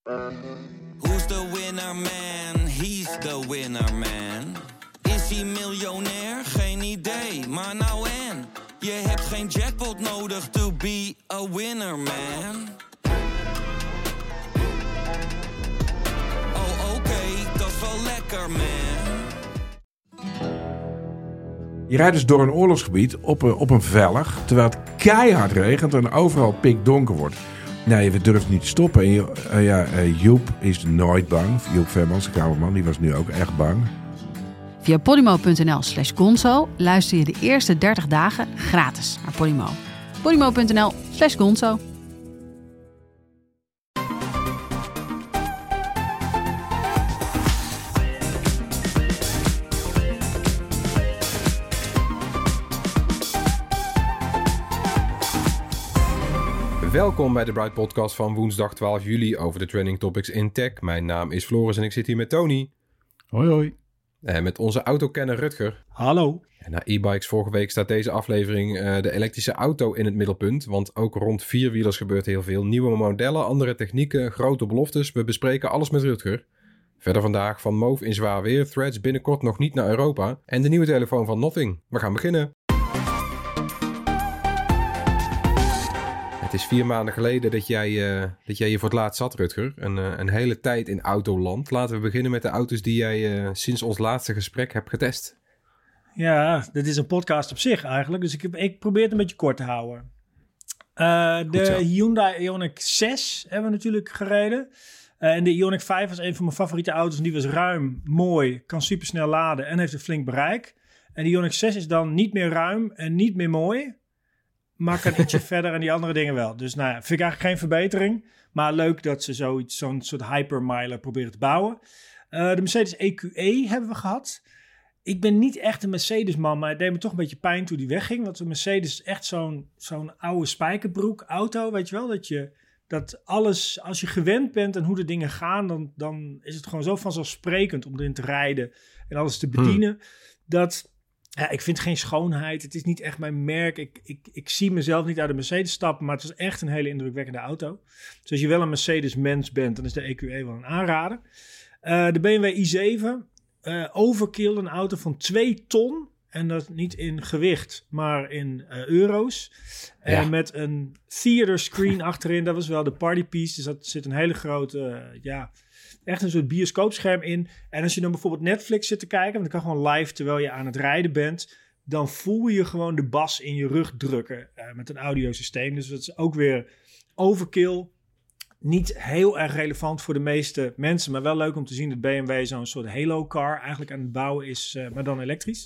Who's the winner man? He's the winner man. Is hij miljonair? Geen idee, maar nou en. Je hebt geen jackpot nodig to be a winner man. Oh oké, dat is wel lekker man. Je rijdt dus door een oorlogsgebied op een vellig, terwijl het keihard regent en overal pikdonker wordt. Nee, we durven niet te stoppen. En Joep is nooit bang. Joep Vermans, de kamerman, die was nu ook echt bang. Via podimo.nl/gonzo luister je de eerste 30 dagen gratis naar Podimo. podimo.nl/gonzo. Welkom bij de Bright Podcast van woensdag 12 juli over de trending topics in tech. Mijn naam is Floris en ik zit hier met Tony. Hoi hoi. En met onze autokenner Rutger. Hallo. En na e-bikes vorige week staat deze aflevering de elektrische auto in het middelpunt. Want ook rond vierwielers gebeurt heel veel. Nieuwe modellen, andere technieken, grote beloftes. We bespreken alles met Rutger. Verder vandaag van Move in zwaar weer. Threads binnenkort nog niet naar Europa. En de nieuwe telefoon van Nothing. We gaan beginnen. Het is 4 maanden geleden dat jij je voor het laatst zat, Rutger. Een hele tijd in autoland. Laten we beginnen met de auto's die jij sinds ons laatste gesprek hebt getest. Ja, dit is een podcast op zich eigenlijk. Dus ik probeer het een beetje kort te houden. De Hyundai Ioniq 6 hebben we natuurlijk gereden. En de Ioniq 5 was een van mijn favoriete auto's. Die was ruim, mooi, kan supersnel laden en heeft een flink bereik. En de Ioniq 6 is dan niet meer ruim en niet meer mooi. Maar kan ietsje verder en die andere dingen wel. Dus nou ja, vind ik eigenlijk geen verbetering. Maar leuk dat ze zo'n soort hypermiler proberen te bouwen. De Mercedes EQE hebben we gehad. Ik ben niet echt een Mercedes-man, maar het deed me toch een beetje pijn toen die wegging. Want de Mercedes is echt zo'n oude spijkerbroek auto, weet je wel. Dat alles, als je gewend bent aan hoe de dingen gaan, dan is het gewoon zo vanzelfsprekend om erin te rijden en alles te bedienen. Ja, ik vind geen schoonheid. Het is niet echt mijn merk. Ik zie mezelf niet uit de Mercedes stappen, maar het was echt een hele indrukwekkende auto. Dus als je wel een Mercedes-mens bent, dan is de EQE wel een aanrader. De BMW i7, overkill, een auto van 2 ton. En dat niet in gewicht, maar in euro's. Ja. En met een theater screen achterin, dat was wel de partypiece. Dus dat zit een hele grote, echt een soort bioscoopscherm in. En als je dan bijvoorbeeld Netflix zit te kijken, want dat kan gewoon live terwijl je aan het rijden bent, dan voel je gewoon de bas in je rug drukken met een audiosysteem. Dus dat is ook weer overkill. Niet heel erg relevant voor de meeste mensen, maar wel leuk om te zien dat BMW zo'n soort halo-car eigenlijk aan het bouwen is, maar dan elektrisch.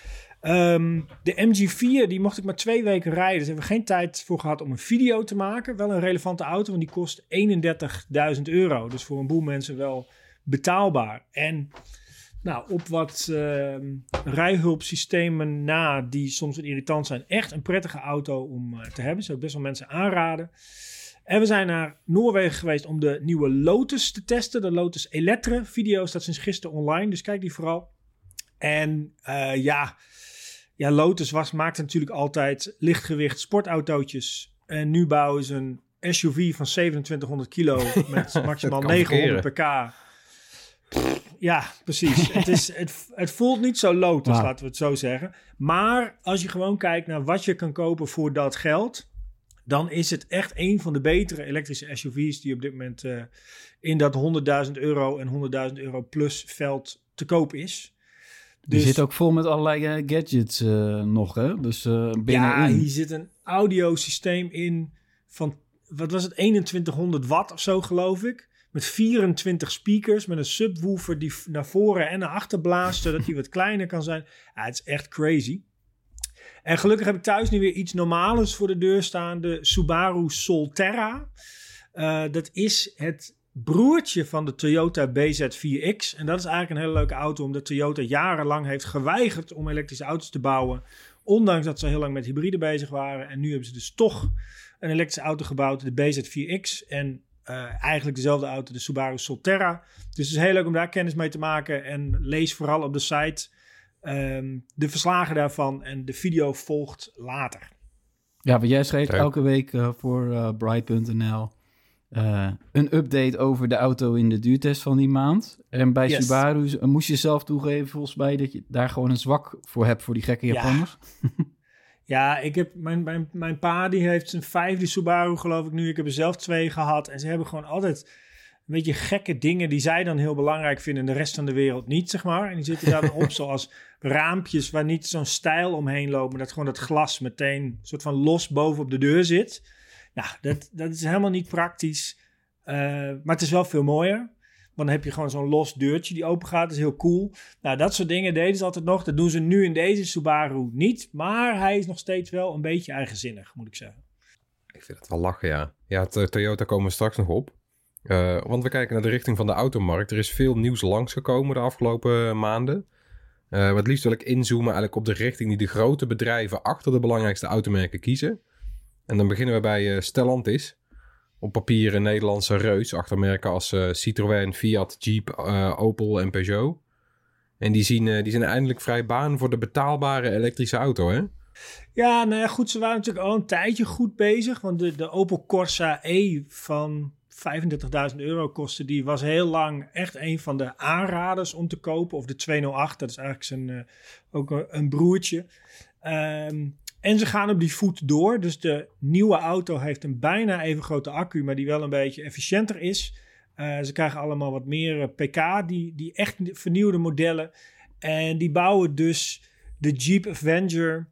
De MG4, die mocht ik maar 2 weken rijden. Dus hebben we geen tijd voor gehad om een video te maken. Wel een relevante auto, want die kost €31.000. Dus voor een boel mensen wel betaalbaar. En nou, op wat rijhulpsystemen na, die soms wat irritant zijn, echt een prettige auto om te hebben. Zou ik best wel mensen aanraden. En we zijn naar Noorwegen geweest om de nieuwe Lotus te testen. De Lotus Eletre video staat sinds gisteren online, dus kijk die vooral. En Lotus maakte natuurlijk altijd lichtgewicht sportautootjes. En nu bouwen ze een SUV van 2700 kilo met maximaal 900 pk. Ja, precies. Het voelt niet zo Lotus, laten we het zo zeggen. Maar als je gewoon kijkt naar wat je kan kopen voor dat geld, dan is het echt een van de betere elektrische SUV's die op dit moment in dat €100.000 en €100.000 plus veld te koop is. Die zit ook vol met allerlei gadgets nog, hè? Dus binnenin. Ja, hier zit een audiosysteem in van, wat was het, 2100 watt of zo, geloof ik. Met 24 speakers, met een subwoofer die naar voren en naar achter blaast, zodat die wat kleiner kan zijn. Ja, het is echt crazy. En gelukkig heb ik thuis nu weer iets normales voor de deur staan. De Subaru Solterra. Dat is het broertje van de Toyota BZ4X. En dat is eigenlijk een hele leuke auto, omdat Toyota jarenlang heeft geweigerd om elektrische auto's te bouwen. Ondanks dat ze heel lang met hybride bezig waren. En nu hebben ze dus toch een elektrische auto gebouwd, de BZ4X. En eigenlijk dezelfde auto, de Subaru Solterra. Dus het is heel leuk om daar kennis mee te maken. En lees vooral op de site de verslagen daarvan. En de video volgt later. Ja, want jij schreef elke week voor Bright.nl een update over de auto in de duurtest van die maand. En bij Subaru moest je zelf toegeven, volgens mij, dat je daar gewoon een zwak voor hebt voor die gekke Japanners. Ja, ik heb mijn pa die heeft zijn 5e Subaru, geloof ik nu. Ik heb er zelf 2 gehad. En ze hebben gewoon altijd een beetje gekke dingen die zij dan heel belangrijk vinden en de rest van de wereld niet, zeg maar. En die zitten daar dan op, zoals raampjes waar niet zo'n stijl omheen loopt, maar dat gewoon dat glas meteen een soort van los boven op de deur zit. Ja, dat is helemaal niet praktisch. Maar het is wel veel mooier. Want dan heb je gewoon zo'n los deurtje die open gaat. Dat is heel cool. Nou, dat soort dingen deden ze altijd nog. Dat doen ze nu in deze Subaru niet. Maar hij is nog steeds wel een beetje eigenzinnig, moet ik zeggen. Ik vind het wel lachen, ja. Ja, Toyota komen we straks nog op. Want we kijken naar de richting van de automarkt. Er is veel nieuws langsgekomen de afgelopen maanden. Maar het liefst wil ik inzoomen eigenlijk op de richting die de grote bedrijven achter de belangrijkste automerken kiezen. En dan beginnen we bij Stellantis. Op papier een Nederlandse reus achter merken als Citroën, Fiat, Jeep, Opel en Peugeot. En die zijn eindelijk vrij baan voor de betaalbare elektrische auto, hè? Ja, nou ja, goed, ze waren natuurlijk al een tijdje goed bezig. Want de Opel Corsa E van €35.000 kostte, die was heel lang echt een van de aanraders om te kopen. Of de 208, dat is eigenlijk ook een broertje. En ze gaan op die voet door. Dus de nieuwe auto heeft een bijna even grote accu, maar die wel een beetje efficiënter is. Ze krijgen allemaal wat meer pk, die echt vernieuwde modellen. En die bouwen dus de Jeep Avenger,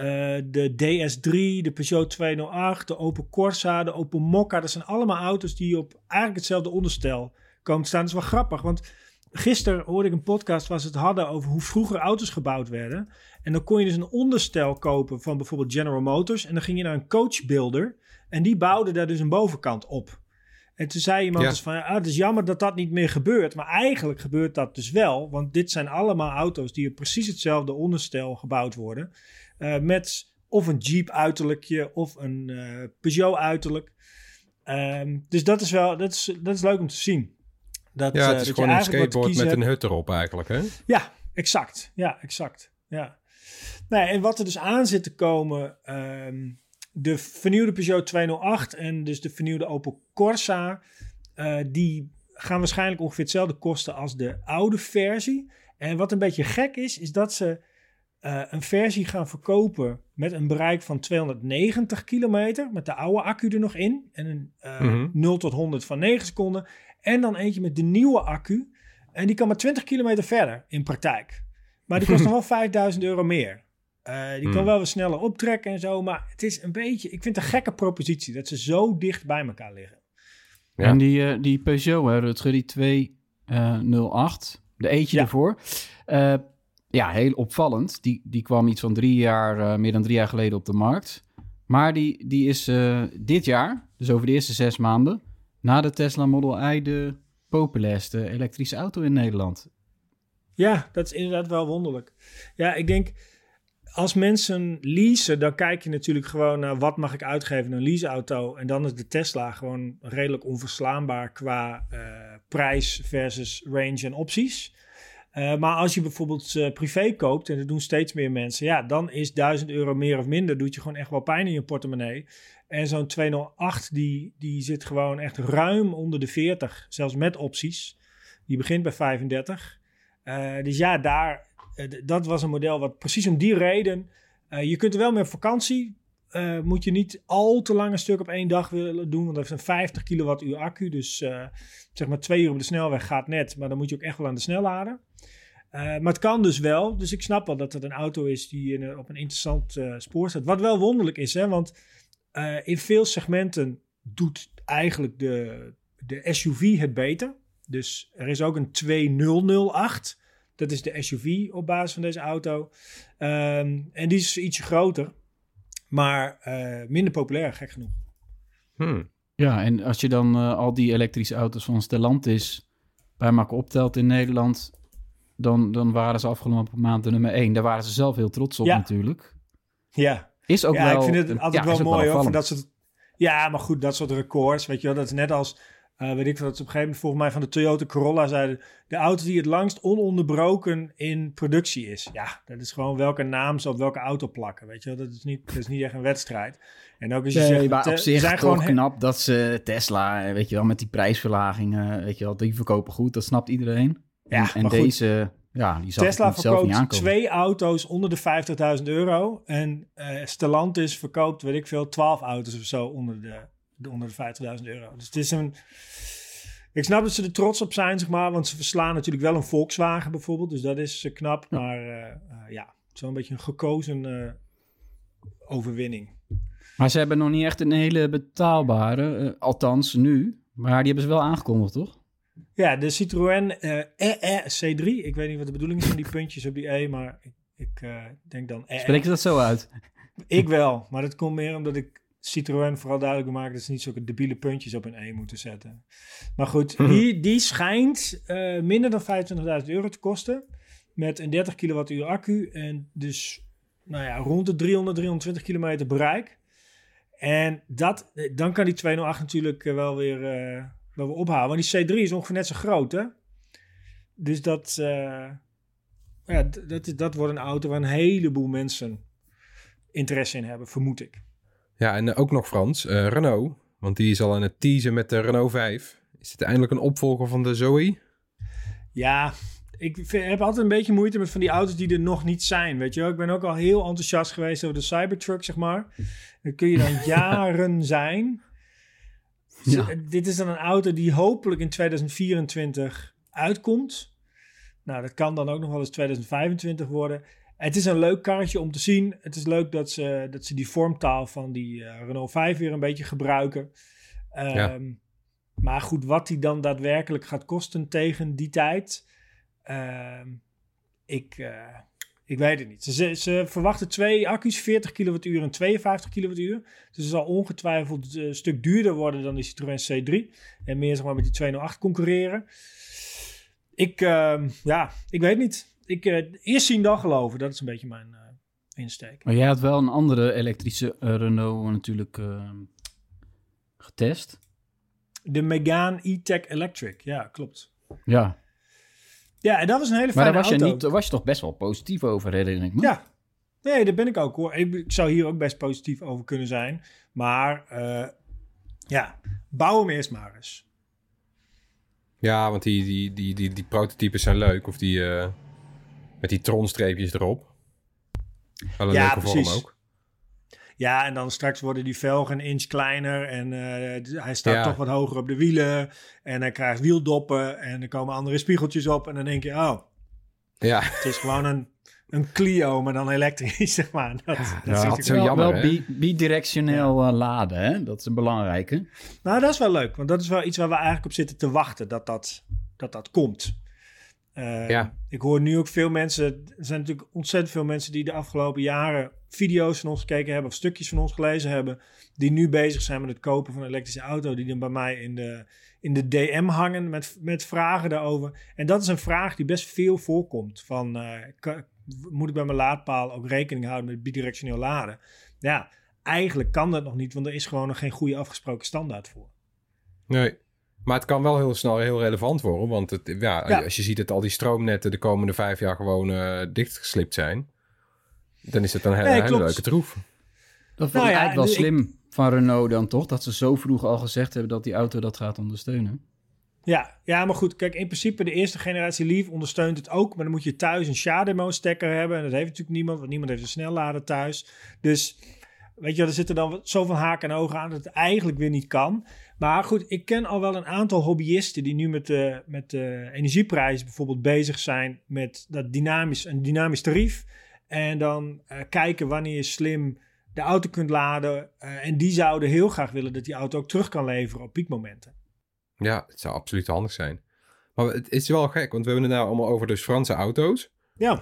de DS3, de Peugeot 208, de Opel Corsa, de Opel Mokka. Dat zijn allemaal auto's die op eigenlijk hetzelfde onderstel komen te staan. Dat is wel grappig, want gisteren hoorde ik een podcast waar ze het hadden over hoe vroeger auto's gebouwd werden. En dan kon je dus een onderstel kopen van bijvoorbeeld General Motors. En dan ging je naar een coachbuilder en die bouwde daar dus een bovenkant op. En toen zei iemand dus van, het is jammer dat dat niet meer gebeurt. Maar eigenlijk gebeurt dat dus wel. Want dit zijn allemaal auto's die op precies hetzelfde onderstel gebouwd worden. Met of een Jeep uiterlijkje of een Peugeot uiterlijk. Dus dat is leuk om te zien. Het is gewoon een skateboard met een hut erop eigenlijk, hè? Ja, exact. Ja. Nee, en wat er dus aan zit te komen, de vernieuwde Peugeot 208 en dus de vernieuwde Opel Corsa, die gaan waarschijnlijk ongeveer hetzelfde kosten als de oude versie. En wat een beetje gek is dat ze een versie gaan verkopen met een bereik van 290 kilometer, met de oude accu er nog in. En een 0 tot 100 van 9 seconden. En dan eentje met de nieuwe accu. En die kan maar 20 kilometer verder in praktijk. Maar die kost nog wel €5.000 meer. Die kan wel weer sneller optrekken en zo. Maar het is een beetje, ik vind het een gekke propositie dat ze zo dicht bij elkaar liggen. Ja. En die Peugeot, hè, Rutger, die 208, de eentje ervoor. Heel opvallend. Die kwam iets van meer dan 3 jaar geleden op de markt. Maar die is dit jaar, dus over de eerste 6 maanden, na de Tesla Model I de populairste elektrische auto in Nederland. Ja, dat is inderdaad wel wonderlijk. Ja, ik denk, als mensen leasen, dan kijk je natuurlijk gewoon naar wat mag ik uitgeven in een leaseauto. En dan is de Tesla gewoon redelijk onverslaanbaar qua prijs versus range en opties. Maar als je bijvoorbeeld privé koopt, en dat doen steeds meer mensen, ja, dan is €1.000 meer of minder, doet je gewoon echt wel pijn in je portemonnee. En zo'n 208, die zit gewoon echt ruim onder de 40, zelfs met opties. Die begint bij 35. Dus ja, dat was een model wat precies om die reden, je kunt er wel mee op vakantie, moet je niet al te lang een stuk op 1 dag willen doen, want dat heeft een 50 kilowattuur accu, dus zeg maar 2 uur op de snelweg gaat net, maar dan moet je ook echt wel aan de snellader. Maar het kan dus wel, dus ik snap wel dat het een auto is die op een interessant spoor staat. Wat wel wonderlijk is, hè, want in veel segmenten doet eigenlijk de SUV het beter. Dus er is ook een 2008. Dat is de SUV op basis van deze auto. En die is ietsje groter, maar minder populair, gek genoeg. Ja, en als je dan al die elektrische auto's van Stellantis bij elkaar optelt in Nederland, dan waren ze afgelopen maand de nummer 1. Daar waren ze zelf heel trots op natuurlijk. Ja. Is ook wel, ik vind het altijd wel mooi hoor. Van dat soort, ja, maar goed, dat soort records, weet je wel. Dat is net als Weet ik veel, dat ze op een gegeven moment volgens mij van de Toyota Corolla zeiden... de auto die het langst ononderbroken in productie is. Ja, dat is gewoon welke naam ze op welke auto plakken. Weet je wel, dat is niet echt een wedstrijd. En ook als je zegt... maar op zich zijn toch gewoon knap dat ze Tesla, weet je wel, met die prijsverlagingen, weet je wel, die verkopen goed. Dat snapt iedereen. Ja, en maar goed, deze, ja, die zag Tesla ik zelf niet verkoopt aankomen. 2 auto's onder de €50.000. En Stellantis verkoopt, weet ik veel, 12 auto's of zo onder de €50.000. Dus het is een... Ik snap dat ze er trots op zijn, zeg maar. Want ze verslaan natuurlijk wel een Volkswagen bijvoorbeeld. Dus dat is knap. Ja. Maar het is wel een beetje een gekozen overwinning. Maar ze hebben nog niet echt een hele betaalbare, althans nu. Maar die hebben ze wel aangekondigd, toch? Ja, de Citroën C3. Ik weet niet wat de bedoeling is van die puntjes op die E, maar ik denk dan... Spreek je dat zo uit? Ik wel, maar dat komt meer omdat ik Citroën vooral duidelijk maak dat ze niet zulke debiele puntjes op een E moeten zetten. Maar goed, die schijnt minder dan €25.000 te kosten. Met een 30 kilowattuur accu. En dus rond de 320 kilometer bereik. En dan kan die 208 natuurlijk wel weer ophouden. Want die C3 is ongeveer net zo groot, hè? Dus dat wordt een auto waar een heleboel mensen interesse in hebben, vermoed ik. Ja, en ook nog Frans, Renault. Want die is al aan het teasen met de Renault 5. Is dit eindelijk een opvolger van de Zoe? Ja, ik heb altijd een beetje moeite met van die auto's die er nog niet zijn, weet je wel. Ik ben ook al heel enthousiast geweest over de Cybertruck, zeg maar. Dan kun je dan jaren zijn. Ja. Dit is dan een auto die hopelijk in 2024 uitkomt. Nou, dat kan dan ook nog wel eens 2025 worden. Het is een leuk karretje om te zien. Het is leuk dat ze die vormtaal van die Renault 5 weer een beetje gebruiken. Maar goed, wat die dan daadwerkelijk gaat kosten tegen die tijd... Ik weet het niet. Ze verwachten 2 accu's, 40 kilowattuur en 52 kilowattuur. Dus het zal ongetwijfeld een stuk duurder worden dan de Citroën C3. En meer zeg maar met die 208 concurreren. Ik weet niet. Eerst zien dan geloven. Dat is een beetje mijn insteek. Maar jij had wel een andere elektrische Renault natuurlijk getest. De Megane E-Tech Electric. Ja, klopt. Ja. Ja, en dat was een hele fijne auto. Maar daar was je toch best wel positief over, herinner ik me? Ja. Nee, daar ben ik ook hoor. Ik zou hier ook best positief over kunnen zijn. Maar bouw hem eerst maar eens. Ja, want die prototypes zijn leuk. Of die met die tronstreepjes erop. Wel een leuke vorm ook. Ja, en dan straks worden die velgen een inch kleiner. En hij staat toch wat hoger op de wielen. En hij krijgt wieldoppen. En er komen andere spiegeltjes op. En dan denk je, het is gewoon een Clio, maar dan elektrisch, zeg maar. Dat is zo jammer, wel bidirectioneel laden, hè? Dat is een belangrijke. Nou, dat is wel leuk. Want dat is wel iets waar we eigenlijk op zitten te wachten, dat komt. Ik hoor nu ook veel mensen... Er zijn natuurlijk ontzettend veel mensen die de afgelopen jaren video's van ons gekeken hebben... of stukjes van ons gelezen hebben... die nu bezig zijn met het kopen van een elektrische auto... die dan bij mij in de DM hangen met vragen daarover. En dat is een vraag die best veel voorkomt. Van, moet ik bij mijn laadpaal ook rekening houden met bidirectioneel laden? Ja, eigenlijk kan dat nog niet... want er is gewoon nog geen goede afgesproken standaard voor. Nee. Maar het kan wel heel snel heel relevant worden. Want als je ziet dat al die stroomnetten de komende 5 jaar gewoon dichtgeslipt zijn. Dan is het een hele leuke troef. Dat vond ik eigenlijk wel slim van Renault dan toch? Dat ze zo vroeg al gezegd hebben dat die auto dat gaat ondersteunen. Ja, maar goed. Kijk, in principe de eerste generatie Leaf ondersteunt het ook. Maar dan moet je thuis een SHA-demo stekker hebben. En dat heeft natuurlijk niemand. Want niemand heeft een snellader thuis. Dus... Weet je, er zitten dan zoveel haken en ogen aan dat het eigenlijk weer niet kan. Maar goed, ik ken al wel een aantal hobbyisten die nu met de energieprijzen bijvoorbeeld bezig zijn met een dynamisch tarief. En dan kijken wanneer je slim de auto kunt laden. En die zouden heel graag willen dat die auto ook terug kan leveren op piekmomenten. Ja, het zou absoluut handig zijn. Maar het is wel gek, want we hebben het nou allemaal over dus Franse auto's. Ja.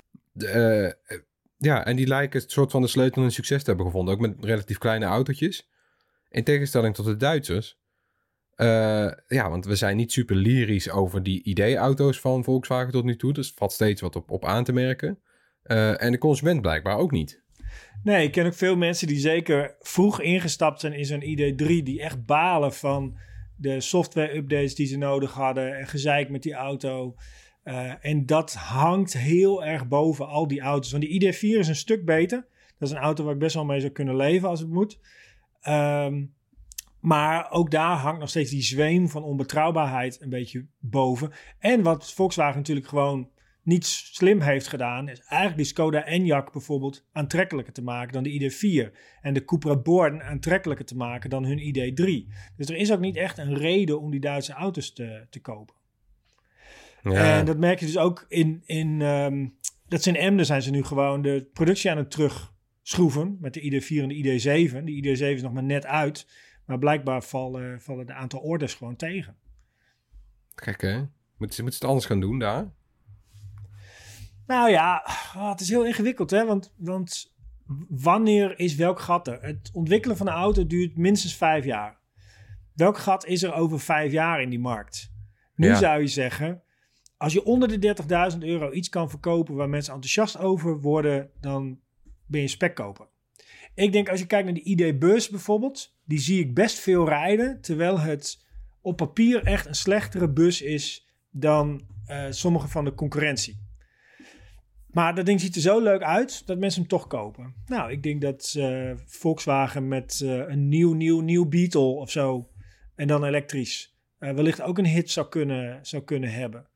Ja, en die lijken het soort van de sleutel in succes te hebben gevonden. Ook met relatief kleine autootjes. In tegenstelling tot de Duitsers. Want we zijn niet super lyrisch over die ID-auto's van Volkswagen tot nu toe. Dus valt steeds wat op aan te merken. En de consument blijkbaar ook niet. Nee, ik ken ook veel mensen die zeker vroeg ingestapt zijn in zo'n ID3... die echt balen van de software-updates die ze nodig hadden en gezeik met die auto. En dat hangt heel erg boven al die auto's. Want die ID4 is een stuk beter. Dat is een auto waar ik best wel mee zou kunnen leven als het moet. Maar ook daar hangt nog steeds die zweem van onbetrouwbaarheid een beetje boven. En wat Volkswagen natuurlijk gewoon niet slim heeft gedaan, is eigenlijk die Skoda Enyaq bijvoorbeeld aantrekkelijker te maken dan de ID4. En de Cupra Born aantrekkelijker te maken dan hun ID3. Dus er is ook niet echt een reden om die Duitse auto's te kopen. Ja. En dat merk je dus ook dat ze in Emden zijn ze nu gewoon de productie aan het terugschroeven met de ID4 en de ID7. De ID7 is nog maar net uit, maar blijkbaar vallen de aantal orders gewoon tegen. Gek hè? Moeten ze het anders gaan doen daar? Nou ja, het is heel ingewikkeld, hè? Want wanneer is welk gat er? Het ontwikkelen van een auto duurt minstens 5 jaar. Welk gat is er over 5 jaar in die markt? Nu zou je zeggen, als je onder de €30.000 iets kan verkopen waar mensen enthousiast over worden, dan ben je een spekkoper. Ik denk, als je kijkt naar de ID-bus bijvoorbeeld, die zie ik best veel rijden, terwijl het op papier echt een slechtere bus is dan sommige van de concurrentie. Maar dat ding ziet er zo leuk uit dat mensen hem toch kopen. Nou, ik denk dat Volkswagen met een nieuw Beetle of zo, en dan elektrisch, wellicht ook een hit zou kunnen hebben.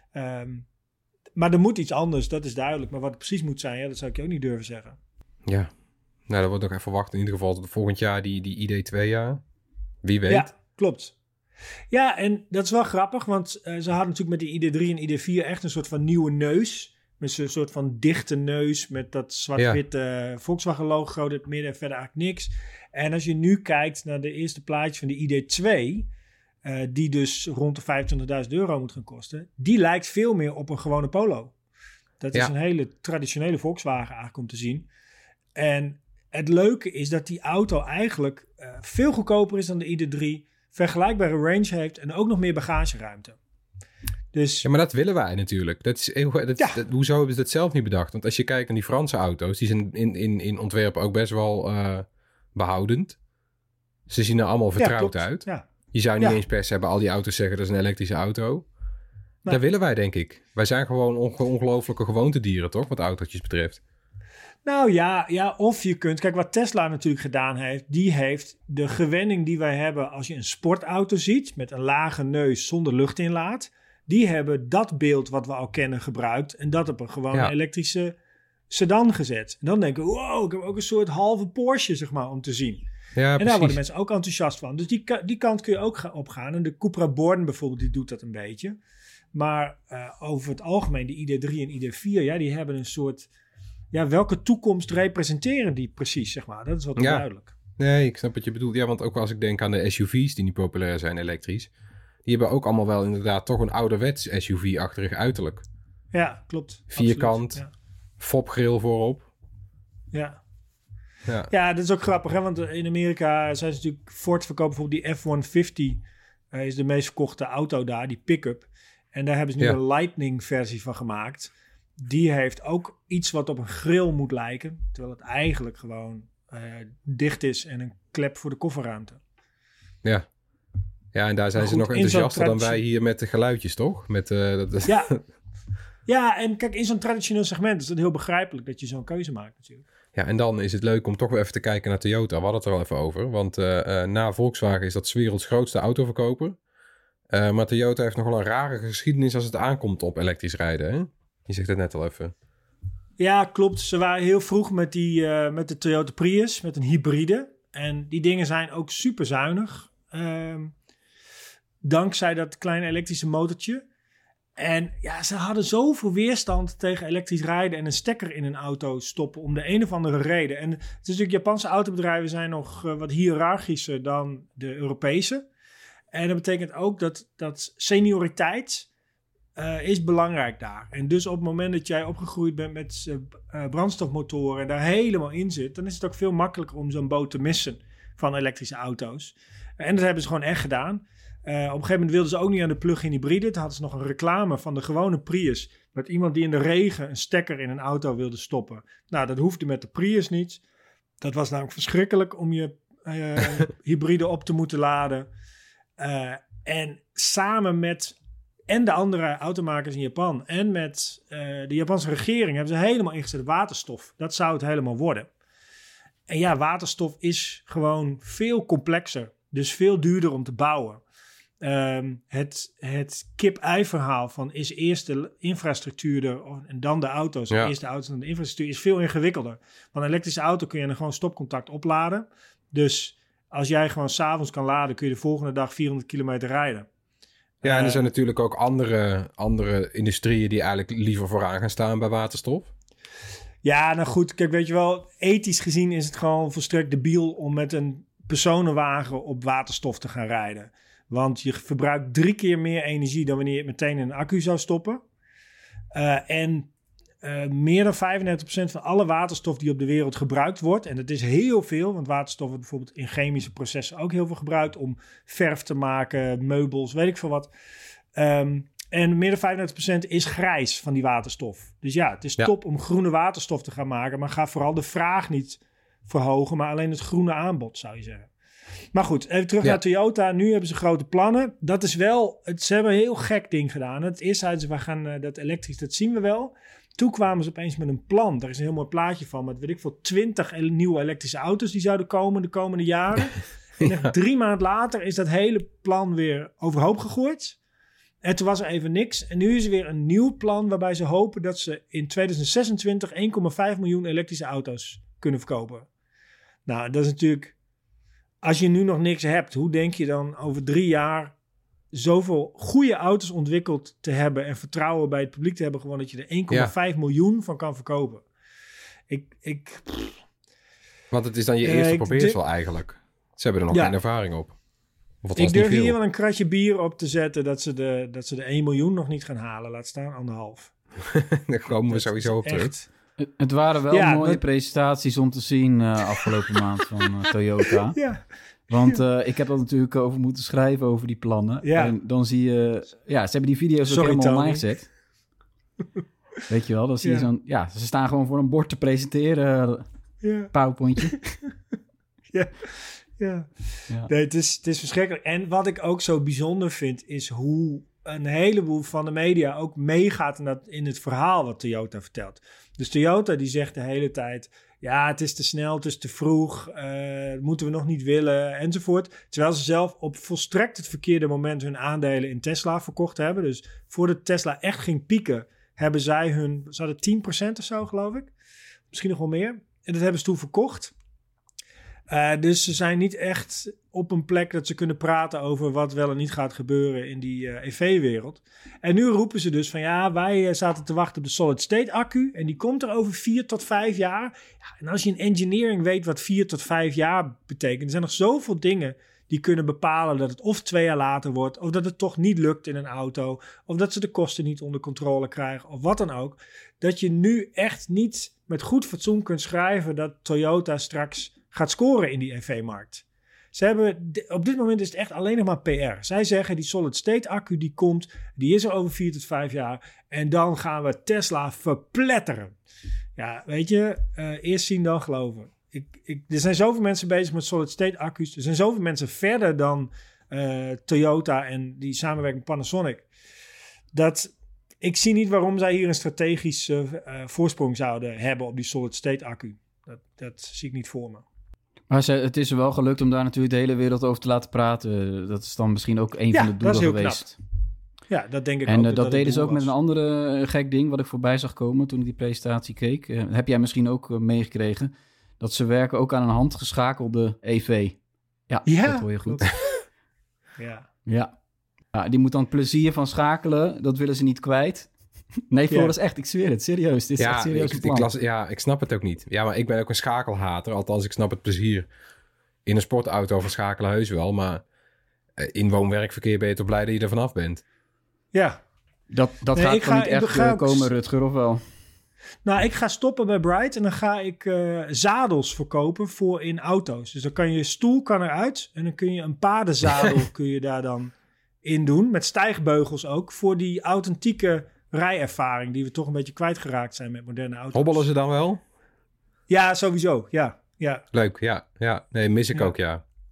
Maar er moet iets anders, dat is duidelijk. Maar wat het precies moet zijn, dat zou ik je ook niet durven zeggen. Ja, nou, dat wordt nog even wachten. In ieder geval tot volgend jaar die ID2 jaar. Wie weet. Ja, klopt. Ja, en dat is wel grappig, want ze hadden natuurlijk met die ID3 en ID4 echt een soort van nieuwe neus. Met zo'n soort van dichte neus met dat zwart-witte Volkswagen logo in het midden en verder eigenlijk niks. En als je nu kijkt naar de eerste plaatjes van de ID2, die dus rond de €25.000 moet gaan kosten, die lijkt veel meer op een gewone Polo. Dat is een hele traditionele Volkswagen eigenlijk om te zien. En het leuke is dat die auto eigenlijk veel goedkoper is dan de ID3, vergelijkbare range heeft en ook nog meer bagageruimte. Dus, ja, maar dat willen wij natuurlijk. Hoezo hebben ze dat zelf niet bedacht? Want als je kijkt naar die Franse auto's, die zijn in ontwerp ook best wel behoudend. Ze zien er allemaal vertrouwd uit. Ja. Je zou niet eens per se bij al die auto's zeggen dat is een elektrische auto. Nee. Dat willen wij, denk ik. Wij zijn gewoon ongelooflijke gewoontedieren, toch? Wat autootjes betreft. Nou ja, of je kunt... Kijk, wat Tesla natuurlijk gedaan heeft, die heeft de gewenning die wij hebben als je een sportauto ziet, met een lage neus zonder luchtinlaat, die hebben dat beeld wat we al kennen gebruikt en dat op een gewone elektrische sedan gezet. En dan denken we, wow, ik heb ook een soort halve Porsche, zeg maar, om te zien. Ja, en daar worden mensen ook enthousiast van. Dus die kant kun je ook opgaan. En de Cupra Born bijvoorbeeld, die doet dat een beetje. Maar over het algemeen, de ID3 en ID4, die hebben een soort... Ja, welke toekomst representeren die precies, zeg maar? Dat is wat onduidelijk. Nee, ik snap wat je bedoelt. Ja, want ook als ik denk aan de SUV's die nu populair zijn elektrisch, die hebben ook allemaal wel inderdaad toch een ouderwets SUV-achtig uiterlijk. Ja, klopt. Vierkant, fopgrill voorop. Ja, dat is ook grappig, hè? Want in Amerika zijn ze natuurlijk... Ford verkoopt bijvoorbeeld die F-150, is de meest verkochte auto daar, die pick-up. En daar hebben ze nu een Lightning-versie van gemaakt. Die heeft ook iets wat op een grill moet lijken, terwijl het eigenlijk gewoon dicht is en een klep voor de kofferruimte. Ja, en daar zijn ze nog enthousiaster dan wij hier met de geluidjes, toch? Ja, en kijk, in zo'n traditioneel segment is het heel begrijpelijk dat je zo'n keuze maakt natuurlijk. Ja, en dan is het leuk om toch weer even te kijken naar Toyota. We hadden het er al even over, want na Volkswagen is dat 's werelds grootste autoverkoper. Maar Toyota heeft nog wel een rare geschiedenis als het aankomt op elektrisch rijden, hè? Je zegt het net al even. Ja, klopt. Ze waren heel vroeg met de Toyota Prius, met een hybride. En die dingen zijn ook super zuinig. Dankzij dat kleine elektrische motortje. En ja, ze hadden zoveel weerstand tegen elektrisch rijden en een stekker in een auto stoppen om de een of andere reden. En het is natuurlijk, Japanse autobedrijven zijn nog wat hiërarchischer dan de Europese. En dat betekent ook dat senioriteit is belangrijk daar. En dus op het moment dat jij opgegroeid bent met brandstofmotoren en daar helemaal in zit, dan is het ook veel makkelijker om zo'n boot te missen van elektrische auto's. En dat hebben ze gewoon echt gedaan. Op een gegeven moment wilden ze ook niet aan de plug-in hybride. Toen hadden ze nog een reclame van de gewone Prius met iemand die in de regen een stekker in een auto wilde stoppen. Nou, dat hoefde met de Prius niet. Dat was namelijk verschrikkelijk om je hybride op te moeten laden. En samen met de andere automakers in Japan en met de Japanse regering hebben ze helemaal ingezet waterstof. Dat zou het helemaal worden. En ja, waterstof is gewoon veel complexer. Dus veel duurder om te bouwen. Het kip-ei-verhaal van is eerst de infrastructuur er en dan de auto's. Ja. Eerst de auto's en dan de infrastructuur is veel ingewikkelder. Want een elektrische auto kun je dan gewoon stopcontact opladen. Dus als jij gewoon 's avonds kan laden, kun je de volgende dag 400 kilometer rijden. Ja, en er zijn natuurlijk ook andere industrieën die eigenlijk liever vooraan gaan staan bij waterstof. Ja, nou goed, kijk, weet je wel, ethisch gezien is het gewoon volstrekt debiel om met een personenwagen op waterstof te gaan rijden. Want je verbruikt 3 keer meer energie dan wanneer je het meteen in een accu zou stoppen. Meer dan 35% van alle waterstof die op de wereld gebruikt wordt, en dat is heel veel, want waterstof wordt bijvoorbeeld in chemische processen ook heel veel gebruikt om verf te maken, meubels, weet ik veel wat. En meer dan 35% is grijs van die waterstof. Dus ja, het is top om groene waterstof te gaan maken, maar ga vooral de vraag niet verhogen, maar alleen het groene aanbod, zou je zeggen. Maar goed, even terug naar Toyota. Nu hebben ze grote plannen. Dat is wel, ze hebben een heel gek ding gedaan. Het eerst zeiden ze, we gaan dat elektrisch, dat zien we wel. Toen kwamen ze opeens met een plan. Daar is een heel mooi plaatje van. Met weet ik veel, 20 nieuwe elektrische auto's die zouden komen de komende jaren. En 3 maanden later is dat hele plan weer overhoop gegooid. En toen was er even niks. En nu is er weer een nieuw plan waarbij ze hopen dat ze in 2026 1,5 miljoen elektrische auto's kunnen verkopen. Nou, dat is natuurlijk, als je nu nog niks hebt, hoe denk je dan over 3 jaar zoveel goede auto's ontwikkeld te hebben en vertrouwen bij het publiek te hebben, gewoon dat je er 1,5 miljoen van kan verkopen? Want het is dan je eerste probeersel eigenlijk. Ze hebben er nog geen ervaring op. Ik durf hier wel een kratje bier op te zetten dat ze de 1 miljoen nog niet gaan halen. Laat staan 1,5. Daar komen we sowieso op terug. Het waren wel mooie presentaties om te zien afgelopen maand van Toyota. Ja. Want ik heb er natuurlijk over moeten schrijven over die plannen. Ja. En dan zie je, ze hebben die video's ook helemaal online gezet. Weet je wel, dan zie je zo'n, ze staan gewoon voor een bord te presenteren. PowerPointje. Ja. Nee, het is verschrikkelijk. En wat ik ook zo bijzonder vind, is hoe een heleboel van de media ook meegaat in het verhaal wat Toyota vertelt. Dus Toyota die zegt de hele tijd, ja, het is te snel, het is te vroeg, dat moeten we nog niet willen, enzovoort. Terwijl ze zelf op volstrekt het verkeerde moment hun aandelen in Tesla verkocht hebben. Dus voordat Tesla echt ging pieken, hebben zij ze hadden 10% of zo, geloof ik. Misschien nog wel meer. En dat hebben ze toen verkocht. Dus ze zijn niet echt op een plek dat ze kunnen praten over wat wel en niet gaat gebeuren in die EV-wereld. En nu roepen ze dus van wij zaten te wachten op de solid-state accu en die komt er over 4 tot 5 jaar. Ja, en als je in engineering weet wat 4 tot 5 jaar betekent, er zijn nog zoveel dingen die kunnen bepalen dat het of 2 jaar later wordt, of dat het toch niet lukt in een auto, of dat ze de kosten niet onder controle krijgen, of wat dan ook. Dat je nu echt niet met goed fatsoen kunt schrijven dat Toyota straks gaat scoren in die EV-markt. Op dit moment is het echt alleen nog maar PR. Zij zeggen die solid-state accu die komt, die is er over 4 tot 5 jaar en dan gaan we Tesla verpletteren. Ja, weet je, eerst zien dan geloven. Er zijn zoveel mensen bezig met solid-state accu's. Er zijn zoveel mensen verder dan Toyota en die samenwerking Panasonic. Dat ik zie niet waarom zij hier een strategische voorsprong zouden hebben op die solid-state accu. Dat zie ik niet voor me. Maar het is er wel gelukt om daar natuurlijk de hele wereld over te laten praten. Dat is dan misschien ook een van de doelen geweest. Knap. Ja, dat denk ik ook. En dat deden ze ook met een andere gek ding wat ik voorbij zag komen toen ik die presentatie keek. Heb jij misschien ook meegekregen dat ze werken ook aan een handgeschakelde EV. Ja, dat hoor je goed. Ja, die moet dan het plezier van schakelen, dat willen ze niet kwijt. Nee, Floris, echt, ik zweer het, serieus. Dit is echt serieus ik snap het ook niet. Ja, maar ik ben ook een schakelhater. Althans, ik snap het plezier in een sportauto van schakelen heus wel. Maar in woon-werkverkeer ben je toch blij dat je er vanaf bent? Ja. Dat gaat gewoon niet echt komen, Rutger, of wel? Nou, ik ga stoppen bij Bright en dan ga ik zadels verkopen voor in auto's. Dus dan kan je stoel eruit en dan kun je een paardenzadel kun je daar dan in doen. Met stijgbeugels ook, voor die authentieke rijervaring die we toch een beetje kwijtgeraakt zijn met moderne auto's. Hobbelen ze dan wel? Ja, sowieso. Ja. Leuk, ja. Nee, mis ik ook, ja.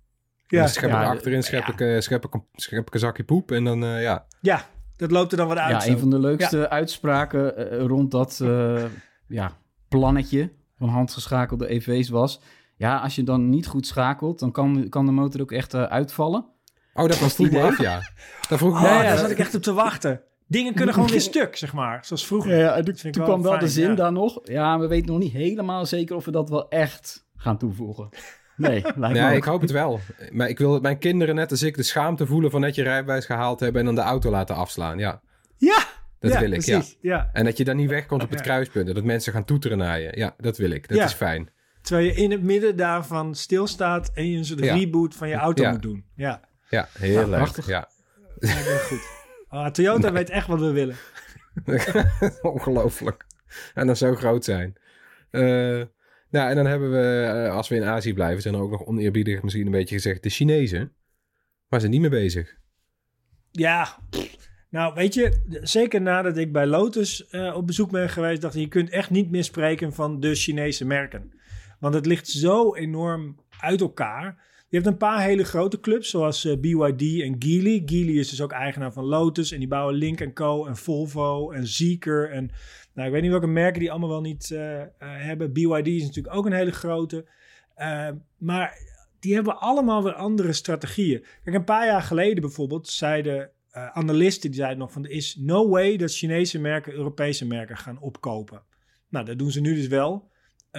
Ja. Dan schep ik achterin schep ik een zakje poep en dan Ja, dat loopt er dan wat uit. Ja, een van de leukste uitspraken rond dat plannetje van handgeschakelde EV's was... Ja, als je dan niet goed schakelt, dan kan de motor ook echt uitvallen. Oh, dat was vroeg me af, ja. Dat vroeg me daar zat ik echt op te wachten. Dingen kunnen gewoon weer stuk, zeg maar. Zoals vroeger. Ja, toen kwam wel de zin daar nog. Ja, we weten nog niet helemaal zeker of we dat wel echt gaan toevoegen. Nee, lijkt me ik hoop het wel. Maar ik wil mijn kinderen net als ik de schaamte voelen van net je rijbewijs gehaald hebben en dan de auto laten afslaan. Ja. Dat wil ik, precies, ja. En dat je dan niet wegkomt op het kruispunt. Dat mensen gaan toeteren naar je. Ja, dat wil ik. Dat is fijn. Terwijl je in het midden daarvan stilstaat en je een soort reboot van je auto moet doen. Ja, heel leuk. Ja, goed. Toyota weet echt wat we willen. Ongelooflijk. En dan zo groot zijn. En dan hebben we, als we in Azië blijven, zijn er ook nog oneerbiedig misschien een beetje gezegd, de Chinezen. Waar zijn die mee bezig? Ja, nou weet je, zeker nadat ik bij Lotus op bezoek ben geweest, dacht ik, je kunt echt niet meer spreken van de Chinese merken. Want het ligt zo enorm uit elkaar. Je hebt een paar hele grote clubs, zoals BYD en Geely. Geely is dus ook eigenaar van Lotus. En die bouwen Lynk & Co. en Volvo en Zeekr. En ik weet niet welke merken die allemaal wel niet hebben. BYD is natuurlijk ook een hele grote. Maar die hebben allemaal weer andere strategieën. Kijk, een paar jaar geleden bijvoorbeeld zeiden analisten, die zeiden nog van, er is no way dat Chinese merken Europese merken gaan opkopen. Nou, dat doen ze nu dus wel.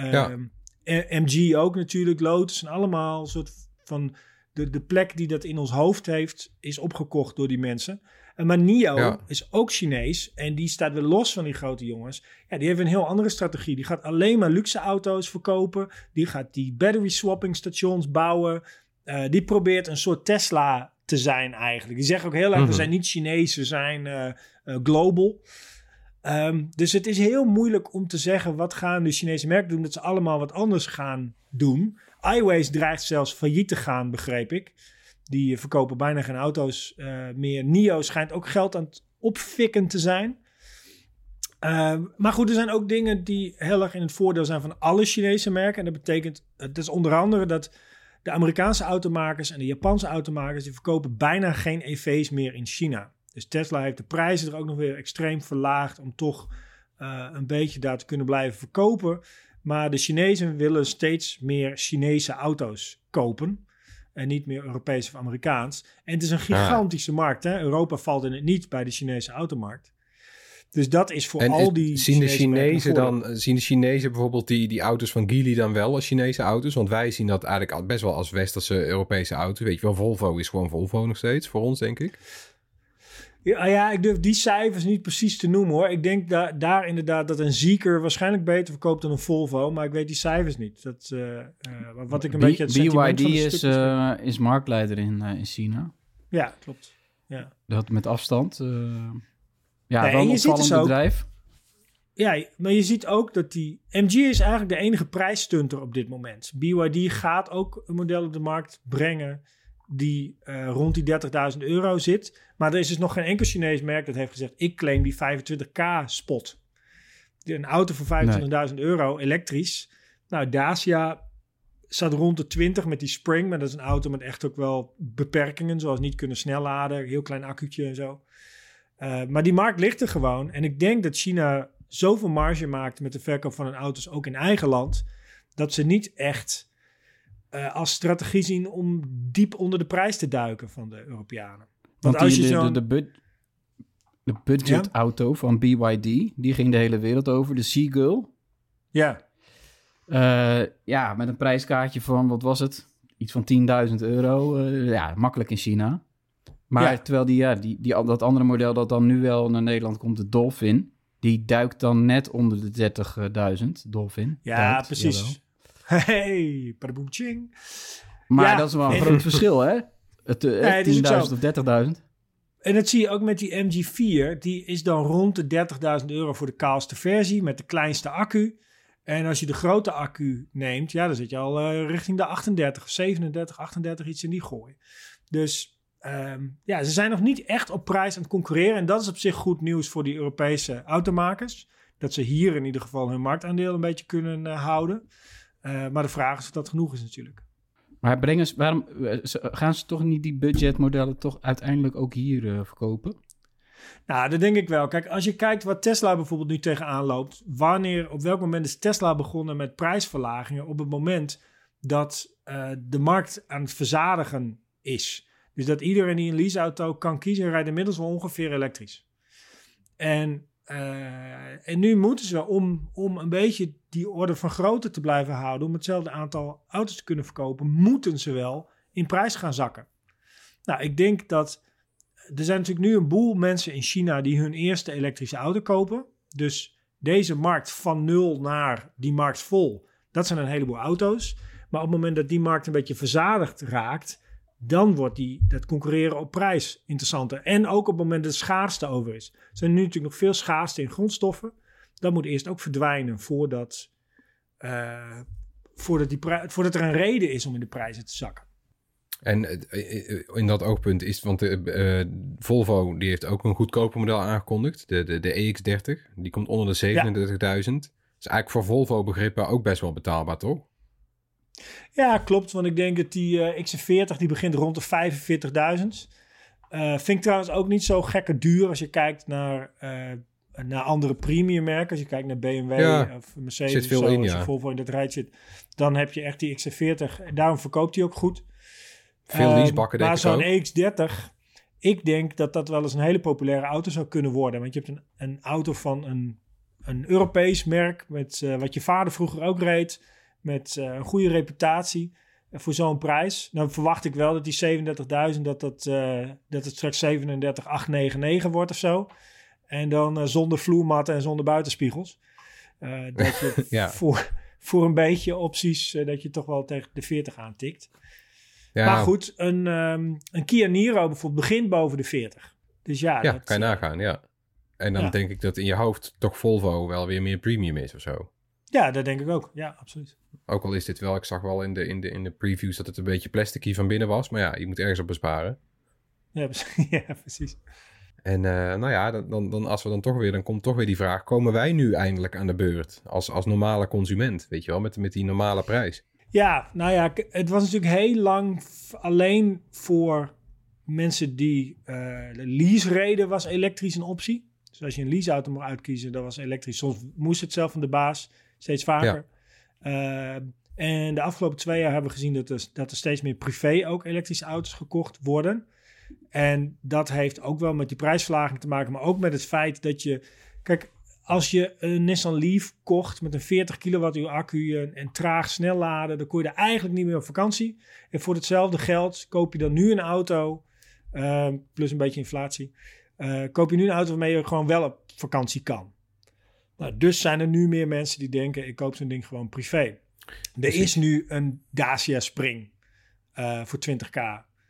MG ook natuurlijk, Lotus en allemaal soort van de plek die dat in ons hoofd heeft, is opgekocht door die mensen. Maar NIO is ook Chinees en die staat weer los van die grote jongens. Ja, die heeft een heel andere strategie. Die gaat alleen maar luxe auto's verkopen. Die gaat die battery swapping stations bouwen. Die probeert een soort Tesla te zijn eigenlijk. Die zeggen ook heel erg, we zijn niet Chinees, we zijn global. Dus het is heel moeilijk om te zeggen, wat gaan de Chinese merken doen, dat ze allemaal wat anders gaan doen. iWays dreigt zelfs failliet te gaan, begreep ik. Die verkopen bijna geen auto's meer. NIO schijnt ook geld aan het opfikken te zijn. Maar goed, er zijn ook dingen die heel erg in het voordeel zijn van alle Chinese merken. En dat betekent, dat is onder andere dat de Amerikaanse automakers en de Japanse automakers, die verkopen bijna geen EV's meer in China. Dus Tesla heeft de prijzen er ook nog weer extreem verlaagd om toch een beetje daar te kunnen blijven verkopen. Maar de Chinezen willen steeds meer Chinese auto's kopen. En niet meer Europees of Amerikaans. En het is een gigantische markt. Hè? Europa valt in het niet bij de Chinese automarkt. Dus dat is voor al die zien de Chinezen bijvoorbeeld die auto's van Geely dan wel als Chinese auto's? Want wij zien dat eigenlijk best wel als westerse Europese auto's. Weet je wel, Volvo is gewoon Volvo nog steeds voor ons, denk ik. Ja, ik durf die cijfers niet precies te noemen hoor. Ik denk daar inderdaad dat een Zeekr waarschijnlijk beter verkoopt dan een Volvo. Maar ik weet die cijfers niet. Wat ik een beetje het sentiment van BYD is marktleider in China. Ja, klopt. Ja. Dat met afstand. Nee, wel een opvallend bedrijf. Ja, maar je ziet ook dat die MG is eigenlijk de enige prijsstunter op dit moment. BYD gaat ook een model op de markt brengen die rond die €30.000 zit. Maar er is dus nog geen enkel Chinees merk dat heeft gezegd, ik claim die 25k spot. Een auto voor €25.000 elektrisch. Nou, Dacia staat rond de 20 met die Spring, maar dat is een auto met echt ook wel beperkingen, zoals niet kunnen snel laden, heel klein accu'tje en zo. Maar die markt ligt er gewoon. En ik denk dat China zoveel marge maakt met de verkoop van hun auto's, ook in eigen land, dat ze niet echt als strategie zien om diep onder de prijs te duiken van de Europeanen. Want als je de budgetauto van BYD, die ging de hele wereld over, de Seagull. Ja. Met een prijskaartje van, wat was het? Iets van €10.000. Makkelijk in China. Maar terwijl dat andere model dat dan nu wel naar Nederland komt, de Dolphin, die duikt dan net onder de 30.000 Dolphin. Ja, duikt, precies. Jawel. Hey, padaboom-ching. Maar dat is wel een groot verschil, hè? 10.000 of 30.000. En dat zie je ook met die MG4. Die is dan rond de €30.000 voor de kaalste versie met de kleinste accu. En als je de grote accu neemt, dan zit je al richting de 38, 37, 38, iets in die gooi. Dus ze zijn nog niet echt op prijs aan het concurreren. En dat is op zich goed nieuws voor die Europese automakers. Dat ze hier in ieder geval hun marktaandeel een beetje kunnen houden. Maar de vraag is of dat genoeg is natuurlijk. Maar waarom gaan ze toch niet die budgetmodellen toch uiteindelijk ook hier verkopen? Nou, dat denk ik wel. Kijk, als je kijkt wat Tesla bijvoorbeeld nu tegenaan loopt. Op welk moment is Tesla begonnen met prijsverlagingen? Op het moment dat de markt aan het verzadigen is. Dus dat iedereen die een leaseauto kan kiezen, rijdt inmiddels wel ongeveer elektrisch. En nu moeten ze, om een beetje die orde van grootte te blijven houden, om hetzelfde aantal auto's te kunnen verkopen, moeten ze wel in prijs gaan zakken. Nou, ik denk dat er zijn natuurlijk nu een boel mensen in China die hun eerste elektrische auto kopen. Dus deze markt van nul naar die markt vol, dat zijn een heleboel auto's. Maar op het moment dat die markt een beetje verzadigd raakt, dan wordt dat concurreren op prijs interessanter. En ook op het moment dat de schaarste over is. Er zijn nu natuurlijk nog veel schaarste in grondstoffen. Dat moet eerst ook verdwijnen voordat er een reden is om in de prijzen te zakken. En in dat oogpunt is, want Volvo die heeft ook een goedkoper model aangekondigd. De EX30, die komt onder de 37.000. Dat is eigenlijk voor Volvo begrippen ook best wel betaalbaar, toch? Ja, klopt. Want ik denk dat die XC40 die begint rond de 45.000. Vind ik trouwens ook niet zo gekke duur als je kijkt naar andere premium merken. Als je kijkt naar BMW of Mercedes zit veel of zo, in, als je Volvo in dat rijtje zit, dan heb je echt die XC40. En daarom verkoopt hij ook goed. Veel leasebakken denk ik ook. Maar zo'n EX30, ik denk dat dat wel eens een hele populaire auto zou kunnen worden. Want je hebt een auto van een Europees merk, met wat je vader vroeger ook reed, met een goede reputatie voor zo'n prijs. Dan verwacht ik wel dat die 37.000, dat het straks 37.899 wordt of zo. En dan zonder vloermatten en zonder buitenspiegels. Dat je voor een beetje opties, dat je toch wel tegen de 40 aantikt. Ja. Maar goed, een Kia Niro bijvoorbeeld begint boven de 40. Dus ja, dat kan je nagaan, ja. En dan denk ik dat in je hoofd toch Volvo wel weer meer premium is of zo. Ja, dat denk ik ook. Ja, absoluut. Ook al is dit wel, ik zag wel in de previews dat het een beetje plasticky van binnen was. Maar ja, je moet ergens op besparen. Ja, precies. En dan als we dan komt toch weer die vraag, komen wij nu eindelijk aan de beurt als normale consument, weet je wel, met die normale prijs? Ja, nou ja, het was natuurlijk heel lang alleen voor mensen die lease reden, was elektrisch een optie. Dus als je een leaseauto mocht uitkiezen, dat was elektrisch. Soms moest het zelf van de baas, steeds vaker. Ja. En de afgelopen 2 jaar hebben we gezien dat er steeds meer privé ook elektrische auto's gekocht worden. En dat heeft ook wel met die prijsverlaging te maken, maar ook met het feit dat je... Kijk, als je een Nissan Leaf kocht met een 40 kilowattuur accu en traag snel laden, dan kon je er eigenlijk niet meer op vakantie. En voor hetzelfde geld koop je dan nu een auto, plus een beetje inflatie, koop je nu een auto waarmee je gewoon wel op vakantie kan. Nou, dus zijn er nu meer mensen die denken, ik koop zo'n ding gewoon privé. Er is nu een Dacia Spring voor 20k.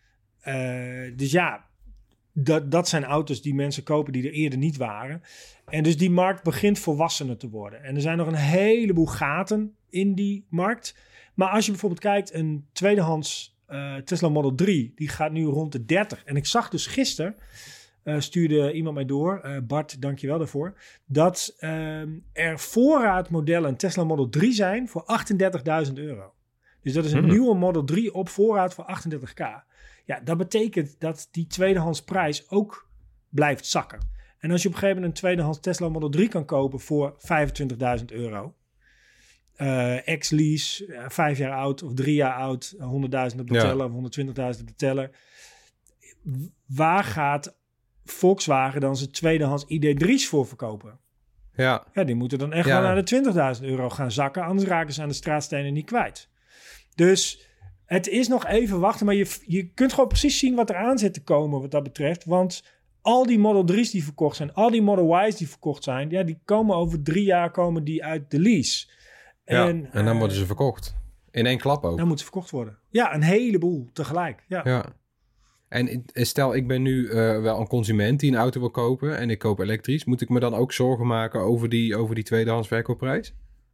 Dus ja, dat zijn auto's die mensen kopen die er eerder niet waren. En dus die markt begint volwassener te worden. En er zijn nog een heleboel gaten in die markt. Maar als je bijvoorbeeld kijkt, een tweedehands Tesla Model 3, die gaat nu rond de 30. En ik zag dus gisteren, stuurde iemand mij door, Bart, dankjewel daarvoor, dat er voorraadmodellen Tesla Model 3 zijn voor €38.000. Dus dat is een nieuwe Model 3 op voorraad voor 38k. Ja, dat betekent dat die tweedehands prijs ook blijft zakken. En als je op een gegeven moment een tweedehands Tesla Model 3 kan kopen voor €25.000, ex-lease, 5 jaar oud of 3 jaar oud, 100.000 op de teller of 120.000 op de teller. Waar gaat Volkswagen dan zijn tweedehands ID3's voor verkopen? Ja, die moeten dan echt wel naar de €20.000 gaan zakken, anders raken ze aan de straatstenen niet kwijt. Dus het is nog even wachten, maar je kunt gewoon precies zien wat er aan zit te komen wat dat betreft. Want al die Model 3's die verkocht zijn, al die Model Y's die verkocht zijn, ja, die komen over 3 jaar uit de lease. En dan worden ze verkocht. In één klap ook. Dan moeten ze verkocht worden. Ja, een heleboel tegelijk. Ja. En stel, ik ben nu wel een consument die een auto wil kopen en ik koop elektrisch. Moet ik me dan ook zorgen maken over die tweedehands verkoopprijs?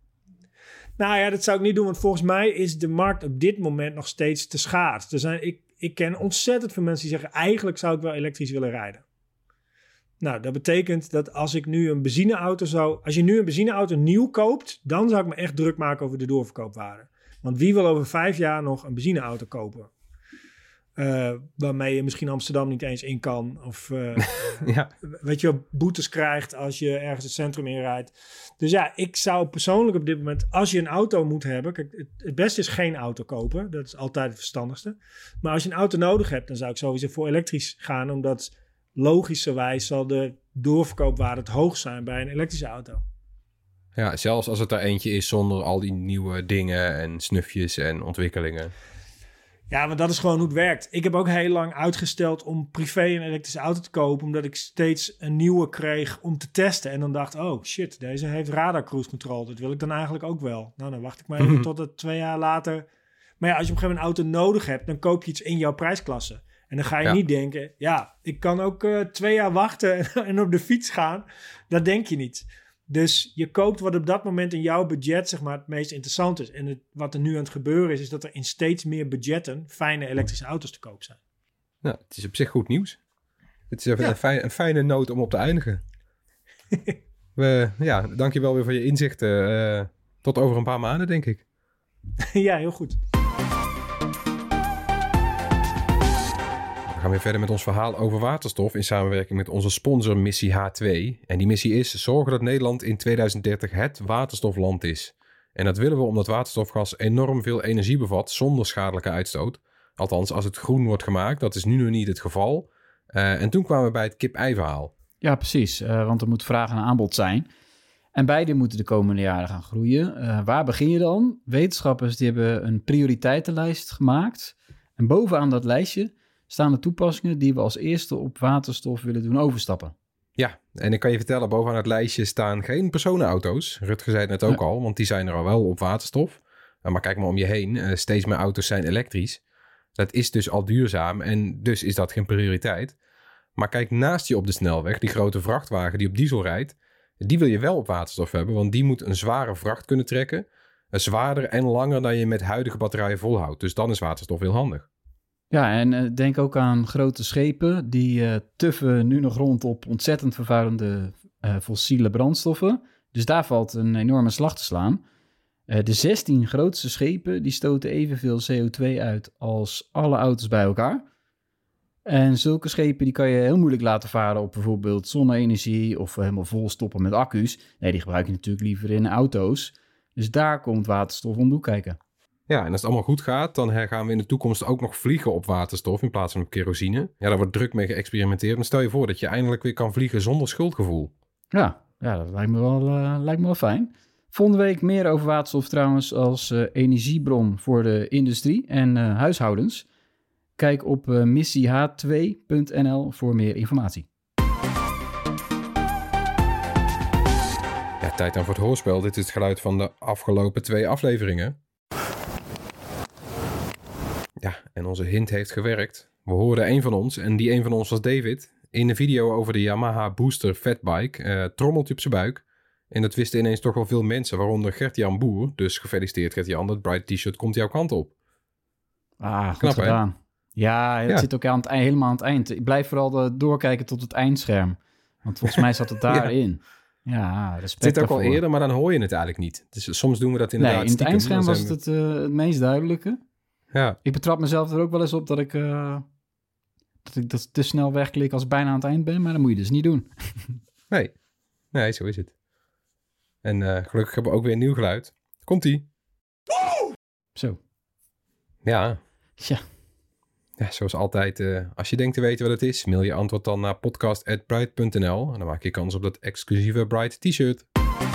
Nou ja, dat zou ik niet doen, want volgens mij is de markt op dit moment nog steeds te schaars. Ik ken ontzettend veel mensen die zeggen, eigenlijk zou ik wel elektrisch willen rijden. Nou, dat betekent dat als je nu een benzineauto nieuw koopt, dan zou ik me echt druk maken over de doorverkoopwaarde. Want wie wil over 5 jaar nog een benzineauto kopen? Waarmee je misschien Amsterdam niet eens in kan. Of weet je, boetes krijgt als je ergens het centrum inrijdt. Dus ja, ik zou persoonlijk op dit moment, als je een auto moet hebben. Kijk, het beste is geen auto kopen. Dat is altijd het verstandigste. Maar als je een auto nodig hebt, dan zou ik sowieso voor elektrisch gaan. Omdat logischerwijs zal de doorverkoopwaarde het hoogst zijn bij een elektrische auto. Ja, zelfs als het er eentje is zonder al die nieuwe dingen en snufjes en ontwikkelingen. Ja, maar dat is gewoon hoe het werkt. Ik heb ook heel lang uitgesteld om privé een elektrische auto te kopen, omdat ik steeds een nieuwe kreeg om te testen. En dan dacht oh shit, deze heeft radar cruise control. Dat wil ik dan eigenlijk ook wel. Nou, dan wacht ik maar even tot het 2 jaar later. Maar ja, als je op een gegeven moment een auto nodig hebt, dan koop je iets in jouw prijsklasse. En dan ga je niet denken, ja, ik kan ook 2 jaar wachten en op de fiets gaan. Dat denk je niet. Dus je koopt wat op dat moment in jouw budget zeg maar het meest interessant is. En wat er nu aan het gebeuren is dat er in steeds meer budgetten fijne elektrische auto's te koop zijn. Nou, het is op zich goed nieuws. Het is een fijne noot om op te eindigen. Dank je wel weer voor je inzichten. Tot over een paar maanden, denk ik. Ja, heel goed. We gaan weer verder met ons verhaal over waterstof in samenwerking met onze sponsor Missie H2. En die missie is zorgen dat Nederland in 2030 het waterstofland is. En dat willen we omdat waterstofgas enorm veel energie bevat zonder schadelijke uitstoot. Althans, als het groen wordt gemaakt, dat is nu nog niet het geval. En toen kwamen we bij het kip-ei-verhaal. Ja, precies. Want er moet vraag en aanbod zijn. En beide moeten de komende jaren gaan groeien. Waar begin je dan? Wetenschappers die hebben een prioriteitenlijst gemaakt. En bovenaan dat lijstje staan de toepassingen die we als eerste op waterstof willen doen overstappen. Ja, en ik kan je vertellen, bovenaan het lijstje staan geen personenauto's. Rutger zei het net ook al, want die zijn er al wel op waterstof. Maar kijk maar om je heen, steeds meer auto's zijn elektrisch. Dat is dus al duurzaam en dus is dat geen prioriteit. Maar kijk naast je op de snelweg, die grote vrachtwagen die op diesel rijdt, die wil je wel op waterstof hebben, want die moet een zware vracht kunnen trekken. Zwaarder en langer dan je met huidige batterijen volhoudt. Dus dan is waterstof heel handig. Ja, en denk ook aan grote schepen. Die tuffen nu nog rond op ontzettend vervuilende fossiele brandstoffen. Dus daar valt een enorme slag te slaan. De 16 grootste schepen die stoten evenveel CO2 uit als alle auto's bij elkaar. En zulke schepen die kan je heel moeilijk laten varen op bijvoorbeeld zonne-energie of helemaal vol stoppen met accu's. Nee, die gebruik je natuurlijk liever in auto's. Dus daar komt waterstof om de hoek kijken. Ja, en als het allemaal goed gaat, dan gaan we in de toekomst ook nog vliegen op waterstof in plaats van op kerosine. Ja, daar wordt druk mee geëxperimenteerd. Maar stel je voor dat je eindelijk weer kan vliegen zonder schuldgevoel. Ja dat lijkt me wel fijn. Volgende week meer over waterstof trouwens als energiebron voor de industrie en huishoudens. Kijk op missieh2.nl voor meer informatie. Ja, tijd dan voor het hoorspel. Dit is het geluid van de afgelopen 2 afleveringen. Ja, en onze hint heeft gewerkt. We hoorden een van ons, en die een van ons was David, in een video over de Yamaha Booster Fatbike, trommeltje op zijn buik. En dat wisten ineens toch wel veel mensen, waaronder Gert-Jan Boer. Dus gefeliciteerd Gert-Jan, dat Bright T-shirt komt jouw kant op. Goed knap, gedaan. Hè? Ja, het zit ook helemaal aan het eind. Ik blijf vooral doorkijken tot het eindscherm. Want volgens mij zat het daarin. Ja, respect. Het zit ook al eerder, maar dan hoor je het eigenlijk niet. Dus soms doen we dat inderdaad in het eindscherm was het het meest duidelijke. Ja. Ik betrap mezelf er ook wel eens op dat ik dat te snel wegklik als ik bijna aan het eind ben. Maar dat moet je dus niet doen. Nee, zo is het. En gelukkig hebben we ook weer een nieuw geluid. Komt-ie. Zo. Ja. Ja. Ja, zoals altijd, als je denkt te weten wat het is, mail je antwoord dan naar podcast@bright.nl en dan maak je kans op dat exclusieve Bright t-shirt.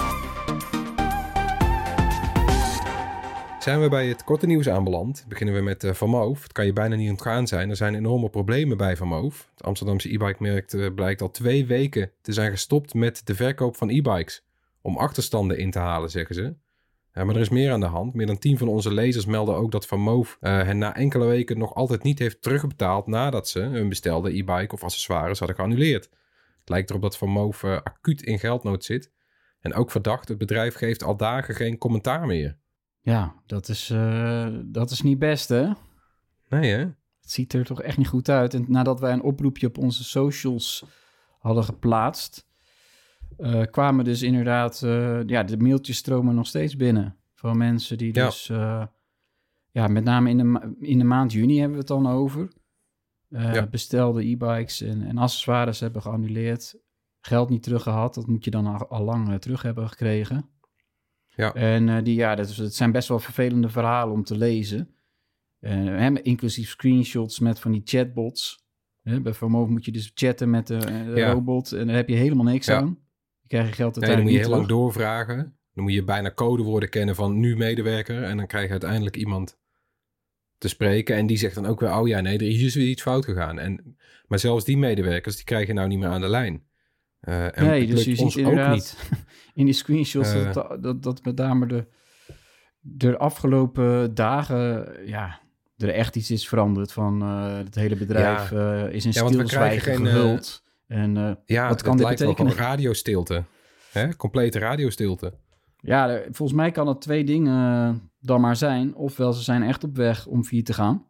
Zijn we bij het korte nieuws aanbeland, beginnen we met Van Moof. Het kan je bijna niet ontgaan zijn, er zijn enorme problemen bij Van Moof. Het Amsterdamse e-bike-merk blijkt al 2 weken te zijn gestopt met de verkoop van e-bikes. Om achterstanden in te halen, zeggen ze. Ja, maar er is meer aan de hand. Meer dan 10 van onze lezers melden ook dat Van Moof hen na enkele weken nog altijd niet heeft terugbetaald nadat ze hun bestelde e-bike of accessoires hadden geannuleerd. Het lijkt erop dat Van Moof acuut in geldnood zit. En ook verdacht, het bedrijf geeft al dagen geen commentaar meer. Ja, dat is niet best, hè? Nee, hè? Het ziet er toch echt niet goed uit. En nadat wij een oproepje op onze socials hadden geplaatst, kwamen dus inderdaad, de mailtjes stromen nog steeds binnen. Van mensen die dus met name in de maand juni hebben we het dan over. Bestelde e-bikes en accessoires hebben geannuleerd. Geld niet teruggehad, dat moet je dan al lang terug hebben gekregen. Ja. En het zijn best wel vervelende verhalen om te lezen. Inclusief screenshots met van die chatbots. Bij Vermogen moet je dus chatten met de robot en daar heb je helemaal niks aan. Dan krijg je geld uiteindelijk dan moet je niet heel lang terug. doorvragen. Dan moet je bijna codewoorden kennen van nu medewerker. En dan krijg je uiteindelijk iemand te spreken. En die zegt dan ook weer, hier is weer iets fout gegaan. Maar zelfs die medewerkers, die krijg je nou niet meer aan de lijn. Dus je ziet inderdaad niet. In die screenshots dat met name de afgelopen dagen, er echt iets is veranderd van het hele bedrijf is in stilzwijgen gehuld. Wat kan dit betekenen? Radiostilte. Complete radiostilte. Ja, volgens mij kan het 2 dingen dan maar zijn. Ofwel, ze zijn echt op weg om failliet te gaan.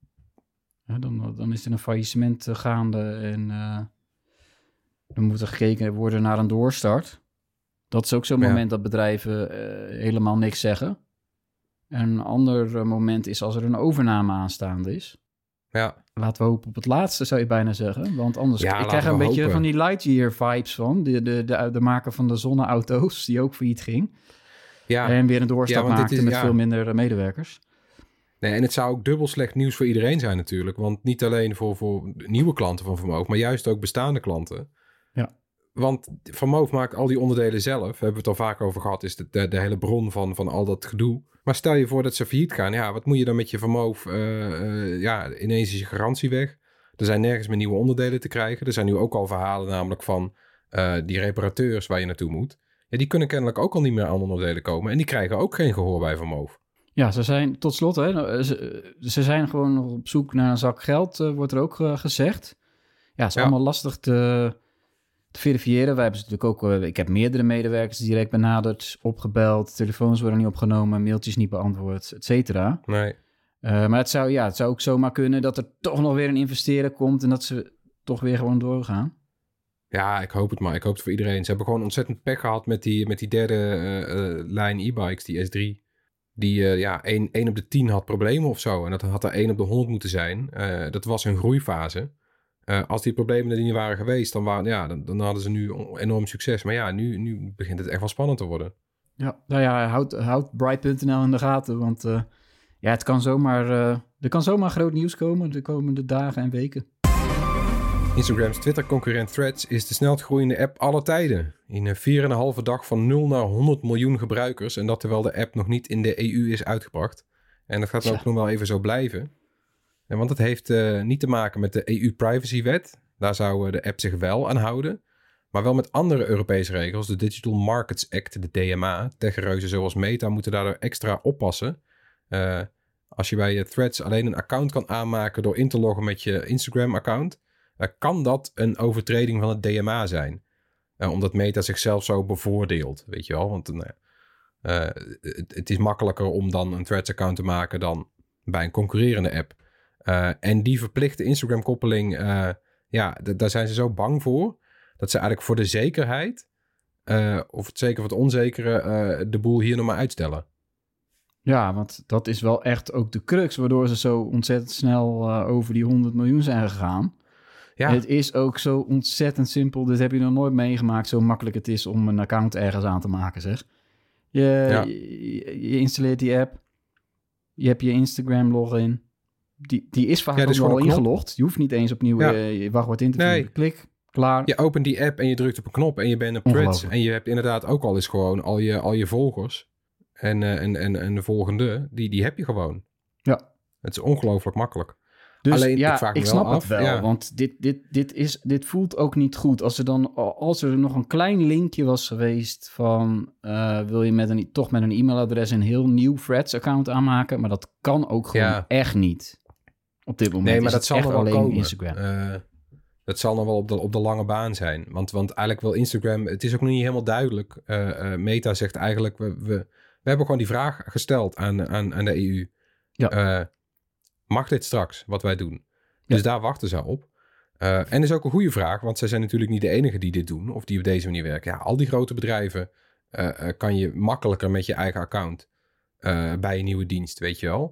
Dan is er een faillissement gaande en dan moet er gekeken worden naar een doorstart. Dat is ook zo'n moment dat bedrijven helemaal niks zeggen. En een ander moment is als er een overname aanstaande is. Ja. Laten we hopen op het laatste, zou je bijna zeggen. Want anders, ik krijg een beetje hopen. van die Lightyear vibes van. De maker van de zonneauto's, die ook failliet ging. Ja. En weer een doorstart maakte met veel minder medewerkers. Nee, en het zou ook dubbel slecht nieuws voor iedereen zijn natuurlijk. Want niet alleen voor nieuwe klanten van Vermogen, maar juist ook bestaande klanten. Ja. Want Vermogen maakt al die onderdelen zelf. Daar hebben we het al vaak over gehad. Is de hele bron van al dat gedoe. Maar stel je voor dat ze failliet gaan. Wat moet je dan met je Vermogen? Ineens is je garantie weg. Er zijn nergens meer nieuwe onderdelen te krijgen. Er zijn nu ook al verhalen namelijk van die reparateurs waar je naartoe moet. Ja, die kunnen kennelijk ook al niet meer aan onderdelen komen. En die krijgen ook geen gehoor bij Vermogen. Ja, ze zijn tot slot, ze zijn gewoon nog op zoek naar een zak geld, wordt er ook gezegd. Ja, het is allemaal lastig te verifiëren. Wij hebben ze natuurlijk ook, ik heb meerdere medewerkers direct benaderd, opgebeld, telefoons worden niet opgenomen, mailtjes niet beantwoord, et cetera. Nee. Maar het zou ook zomaar kunnen dat er toch nog weer een investeerder komt en dat ze toch weer gewoon doorgaan. Ja, ik hoop het maar. Ik hoop het voor iedereen. Ze hebben gewoon ontzettend pech gehad met die derde lijn e-bikes, die S3. Die 1 op de 10 had problemen of zo. En dat had er 1 op de 100 moeten zijn. Dat was een groeifase. Als die problemen er niet waren geweest, dan hadden ze nu enorm succes. Maar nu begint het echt wel spannend te worden. Ja, houd Bright.nl in de gaten. Want het kan er kan zomaar groot nieuws komen de komende dagen en weken. Instagrams Twitter-concurrent Threads is de snelst groeiende app aller tijden. In 4,5 dag van 0 naar 100 miljoen gebruikers. En dat terwijl de app nog niet in de EU is uitgebracht. En dat gaat ook nog wel even zo blijven. Want het heeft niet te maken met de EU-privacywet. Daar zou de app zich wel aan houden. Maar wel met andere Europese regels. De Digital Markets Act, de DMA. Techreuzen zoals Meta moeten daardoor extra oppassen. Als je bij Threads alleen een account kan aanmaken door in te loggen met je Instagram-account, kan dat een overtreding van het DMA zijn. Omdat Meta zichzelf zo bevoordeelt, weet je wel. Want het is makkelijker om dan een Threads-account te maken dan bij een concurrerende app. En die verplichte Instagram-koppeling, daar zijn ze zo bang voor, dat ze eigenlijk voor de zekerheid, of het zeker of het onzekere, de boel hier nog maar uitstellen. Ja, want dat is wel echt ook de crux, waardoor ze zo ontzettend snel over die 100 miljoen zijn gegaan. Ja. Het is ook zo ontzettend simpel. Dit heb je nog nooit meegemaakt. Zo makkelijk het is om een account ergens aan te maken, zeg. Je installeert die app. Je hebt je Instagram login. Die is vaak ook al ingelogd. Je hoeft niet eens opnieuw je wachtwoord in te voeren. Nee. Klik, klaar. Je opent die app en je drukt op een knop en je bent op Threads. En je hebt inderdaad ook al eens gewoon al je volgers. En de volgende, die heb je gewoon. Ja. Het is ongelooflijk makkelijk. Dus alleen, ik snap het wel, want dit voelt ook niet goed. Als er nog een klein linkje was geweest van wil je toch met een e-mailadres een heel nieuw Threads-account aanmaken, maar dat kan ook gewoon echt niet. Op dit moment maar dat zal nog wel alleen komen. Instagram. Dat zal nog wel op de lange baan zijn. Want eigenlijk wil Instagram, het is ook nog niet helemaal duidelijk. Meta zegt eigenlijk, we hebben gewoon die vraag gesteld aan de EU. Ja. Mag dit straks, wat wij doen? Dus daar wachten ze op. En is ook een goede vraag, want zij zijn natuurlijk niet de enige die dit doen, of die op deze manier werken. Ja, al die grote bedrijven kan je makkelijker met je eigen account bij een nieuwe dienst, weet je wel.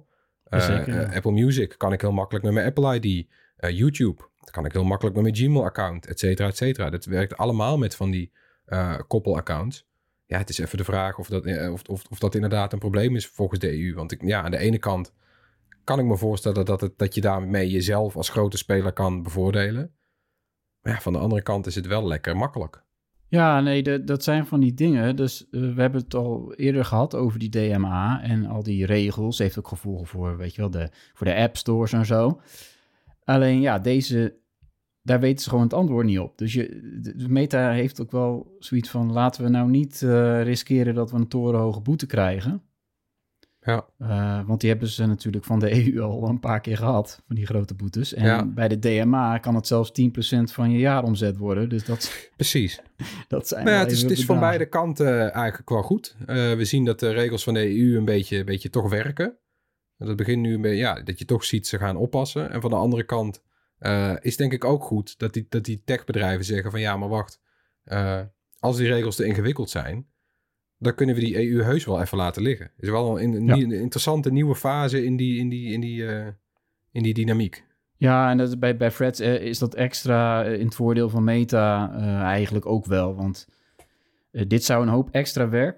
Zeker, ja. Apple Music kan ik heel makkelijk met mijn Apple ID. YouTube, dat kan ik heel makkelijk met mijn Gmail-account, et cetera, et cetera. Dat werkt allemaal met van die koppelaccounts. Ja, het is even de vraag of dat inderdaad een probleem is volgens de EU. Want aan de ene kant kan ik me voorstellen dat je daarmee jezelf als grote speler kan bevoordelen. Maar ja, van de andere kant is het wel lekker makkelijk. Ja, nee, dat zijn van die dingen. Dus we hebben het al eerder gehad over die DMA en al die regels. Heeft ook gevolgen voor, weet je wel, voor de app stores en zo. Alleen ja, daar weten ze gewoon het antwoord niet op. Dus de Meta heeft ook wel zoiets van, laten we nou niet riskeren dat we een torenhoge boete krijgen. Ja. Want die hebben ze natuurlijk van de EU al een paar keer gehad, van die grote boetes. En bij de DMA kan het zelfs 10% van je jaaromzet worden. Dus dat, precies. Dat zijn het is van beide kanten eigenlijk wel goed. We zien dat de regels van de EU een beetje toch werken. Dat begint nu een beetje, dat je toch ziet ze gaan oppassen. En van de andere kant is denk ik ook goed dat die techbedrijven zeggen van ja, maar wacht. Als die regels te ingewikkeld zijn, dan kunnen we die EU heus wel even laten liggen. Het is wel een interessante nieuwe fase in die dynamiek. Ja, en dat bij Threads is dat extra in het voordeel van Meta eigenlijk ook wel. Want dit zou een hoop extra werk...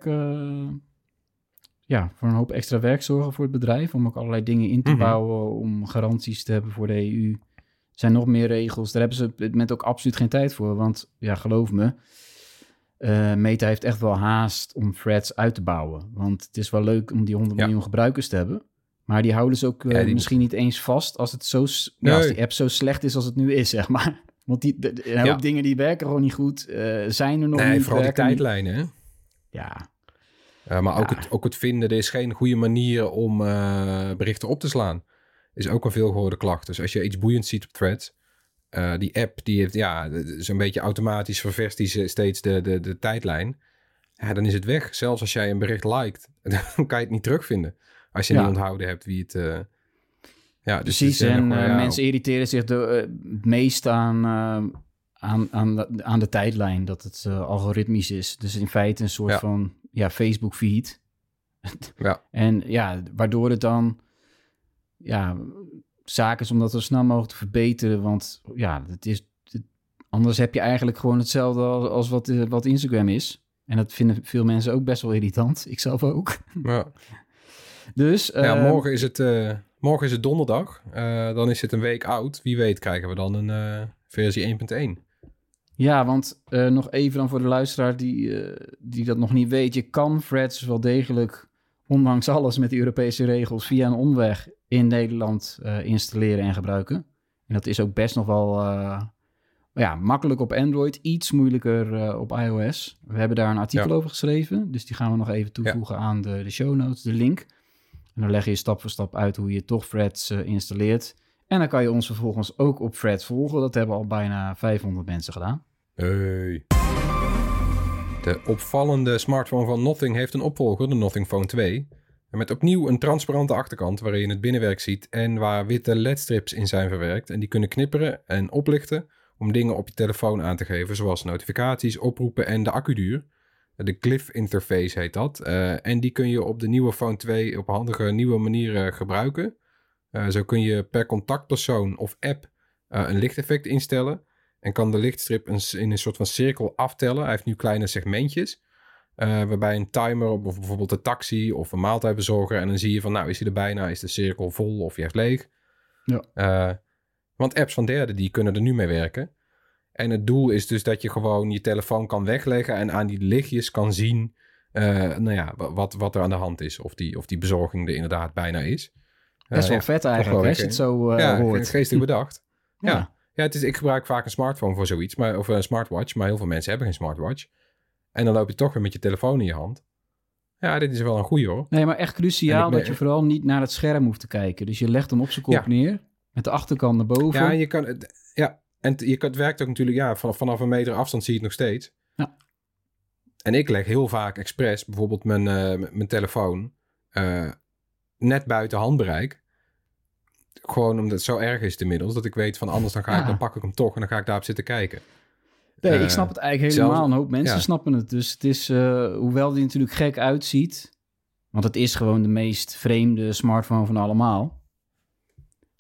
voor een hoop extra werk zorgen voor het bedrijf. Om ook allerlei dingen in te bouwen, om garanties te hebben voor de EU. Er zijn nog meer regels. Daar hebben ze op dit moment ook absoluut geen tijd voor. Want ja, geloof me, Meta heeft echt wel haast om Threads uit te bouwen. Want het is wel leuk om die 100 miljoen gebruikers te hebben. Maar die houden ze ook misschien niet eens vast als het als die app zo slecht is als het nu is, zeg maar. Want een hoop dingen die werken gewoon niet goed. Zijn er nog niet. Vooral die tijdlijnen, hè? Ja. Maar ook het vinden, er is geen goede manier om berichten op te slaan. Is ook een veelgehoorde klacht. Dus als je iets boeiends ziet op Threads, die app, die heeft zo'n beetje automatisch ververst die steeds de tijdlijn. Ja, dan is het weg. Zelfs als jij een bericht liked, dan kan je het niet terugvinden. Als je niet onthouden hebt wie het... dus precies, en mensen irriteren zich het meest aan de tijdlijn, dat het algoritmisch is. Dus in feite een soort van Facebook feed. En waardoor het dan zaken is om dat zo snel mogelijk te verbeteren. Want anders heb je eigenlijk gewoon hetzelfde als wat Instagram is. En dat vinden veel mensen ook best wel irritant. Ik zelf ook. Ja. Dus, morgen is het donderdag. Dan is het een week oud. Wie weet krijgen we dan een versie 1.1. Ja, want nog even dan voor de luisteraar die dat nog niet weet. Je kan Threads wel degelijk, ondanks alles met die Europese regels, via een omweg in Nederland installeren en gebruiken. En dat is ook best nog wel makkelijk op Android. Iets moeilijker op iOS. We hebben daar een artikel over geschreven. Dus die gaan we nog even toevoegen aan de show notes, de link. En dan leg je stap voor stap uit hoe je toch Threads installeert. En dan kan je ons vervolgens ook op Threads volgen. Dat hebben al bijna 500 mensen gedaan. Hey. De opvallende smartphone van Nothing heeft een opvolger, de Nothing Phone 2. En met opnieuw een transparante achterkant waarin je het binnenwerk ziet en waar witte ledstrips in zijn verwerkt. En die kunnen knipperen en oplichten om dingen op je telefoon aan te geven, zoals notificaties, oproepen en de accuduur. De Glyph interface heet dat. En die kun je op de nieuwe Phone 2 op handige nieuwe manieren gebruiken. Zo kun je per contactpersoon of app een lichteffect instellen. En kan de lichtstrip in een soort van cirkel aftellen. Hij heeft nu kleine segmentjes. Waarbij een timer op bijvoorbeeld een taxi of een maaltijdbezorger. En dan zie je van is hij er bijna, is de cirkel vol of juist leeg. Ja. Want apps van derden die kunnen er nu mee werken. En het doel is dus dat je gewoon je telefoon kan wegleggen en aan die lichtjes kan zien wat er aan de hand is. Of die bezorging er inderdaad bijna is. Best wel vet eigenlijk, als je het zo hoort. Geestig bedacht. Ik gebruik vaak een smartphone voor zoiets, of een smartwatch. Maar heel veel mensen hebben geen smartwatch. En dan loop je toch weer met je telefoon in je hand. Ja, dit is wel een goeie hoor. Nee, maar echt cruciaal dat je vooral niet naar het scherm hoeft te kijken. Dus je legt hem op zijn kop neer, met de achterkant naar boven. Ja, en je kan... het werkt ook natuurlijk, vanaf een meter afstand zie je het nog steeds. Ja. En ik leg heel vaak expres bijvoorbeeld mijn telefoon net buiten handbereik. Gewoon omdat het zo erg is inmiddels, dat ik weet van anders dan pak ik hem toch en dan ga ik daarop zitten kijken. Nee, ik snap het eigenlijk helemaal. Een hoop mensen snappen het. Dus het is, hoewel die natuurlijk gek uitziet, want het is gewoon de meest vreemde smartphone van allemaal.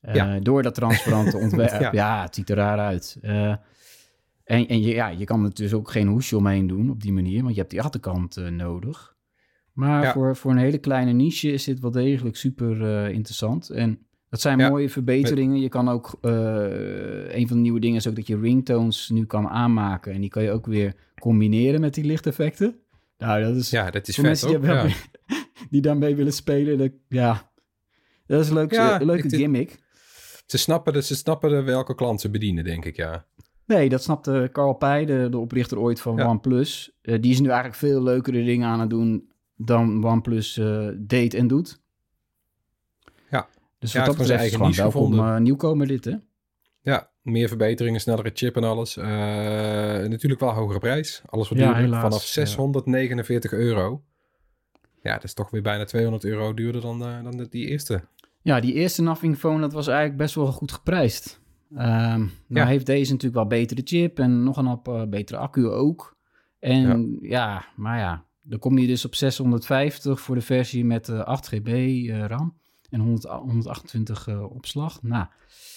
Door dat transparante ontwerp. Ja, het ziet er raar uit. En je kan er dus ook geen hoesje omheen doen op die manier, want je hebt die achterkant nodig. Maar voor een hele kleine niche is dit wel degelijk super interessant. En dat zijn mooie verbeteringen. Je kan ook, een van de nieuwe dingen is ook dat je ringtones nu kan aanmaken. En die kan je ook weer combineren met die lichteffecten. Nou, dat is voor vet, mensen die daarmee willen spelen. Dat is een leuke gimmick. Ze snappen welke klant ze bedienen, denk ik, ja. Nee, dat snapte Carl Pei, de oprichter ooit van OnePlus. Die is nu eigenlijk veel leukere dingen aan het doen dan OnePlus deed en doet. Ja. Dus wat dat betreft is gewoon welkom nieuwkomer dit, hè? Ja, meer verbeteringen, snellere chip en alles. Natuurlijk wel hogere prijs. Alles wat duurder, vanaf €649. Ja, dat is toch weer bijna €200 duurder dan die eerste. Ja, die eerste Nothing Phone, dat was eigenlijk best wel goed geprijsd. Nou heeft deze natuurlijk wel betere chip en nog een betere accu ook. En dan kom je dus op 650 voor de versie met 8 GB RAM en 128 opslag. Nou,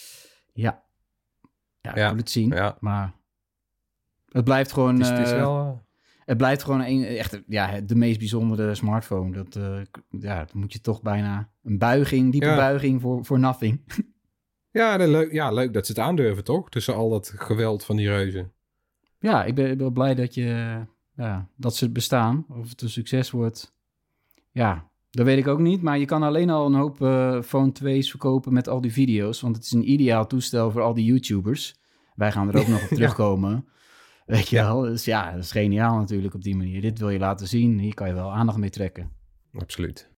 ik wil het zien, maar het blijft gewoon... Het is wel... Het blijft gewoon de meest bijzondere smartphone. Dat moet je toch bijna een diepe buiging voor Nothing. Ja, leuk dat ze het aandurven, toch? Tussen al dat geweld van die reuzen. Ja, ik ben wel blij dat ze bestaan. Of het een succes wordt. Ja, dat weet ik ook niet. Maar je kan alleen al een hoop Phone 2's verkopen met al die video's. Want het is een ideaal toestel voor al die YouTubers. Wij gaan er ook nog op terugkomen. Weet je wel? Dus dat is geniaal natuurlijk op die manier. Dit wil je laten zien. Hier kan je wel aandacht mee trekken. Absoluut.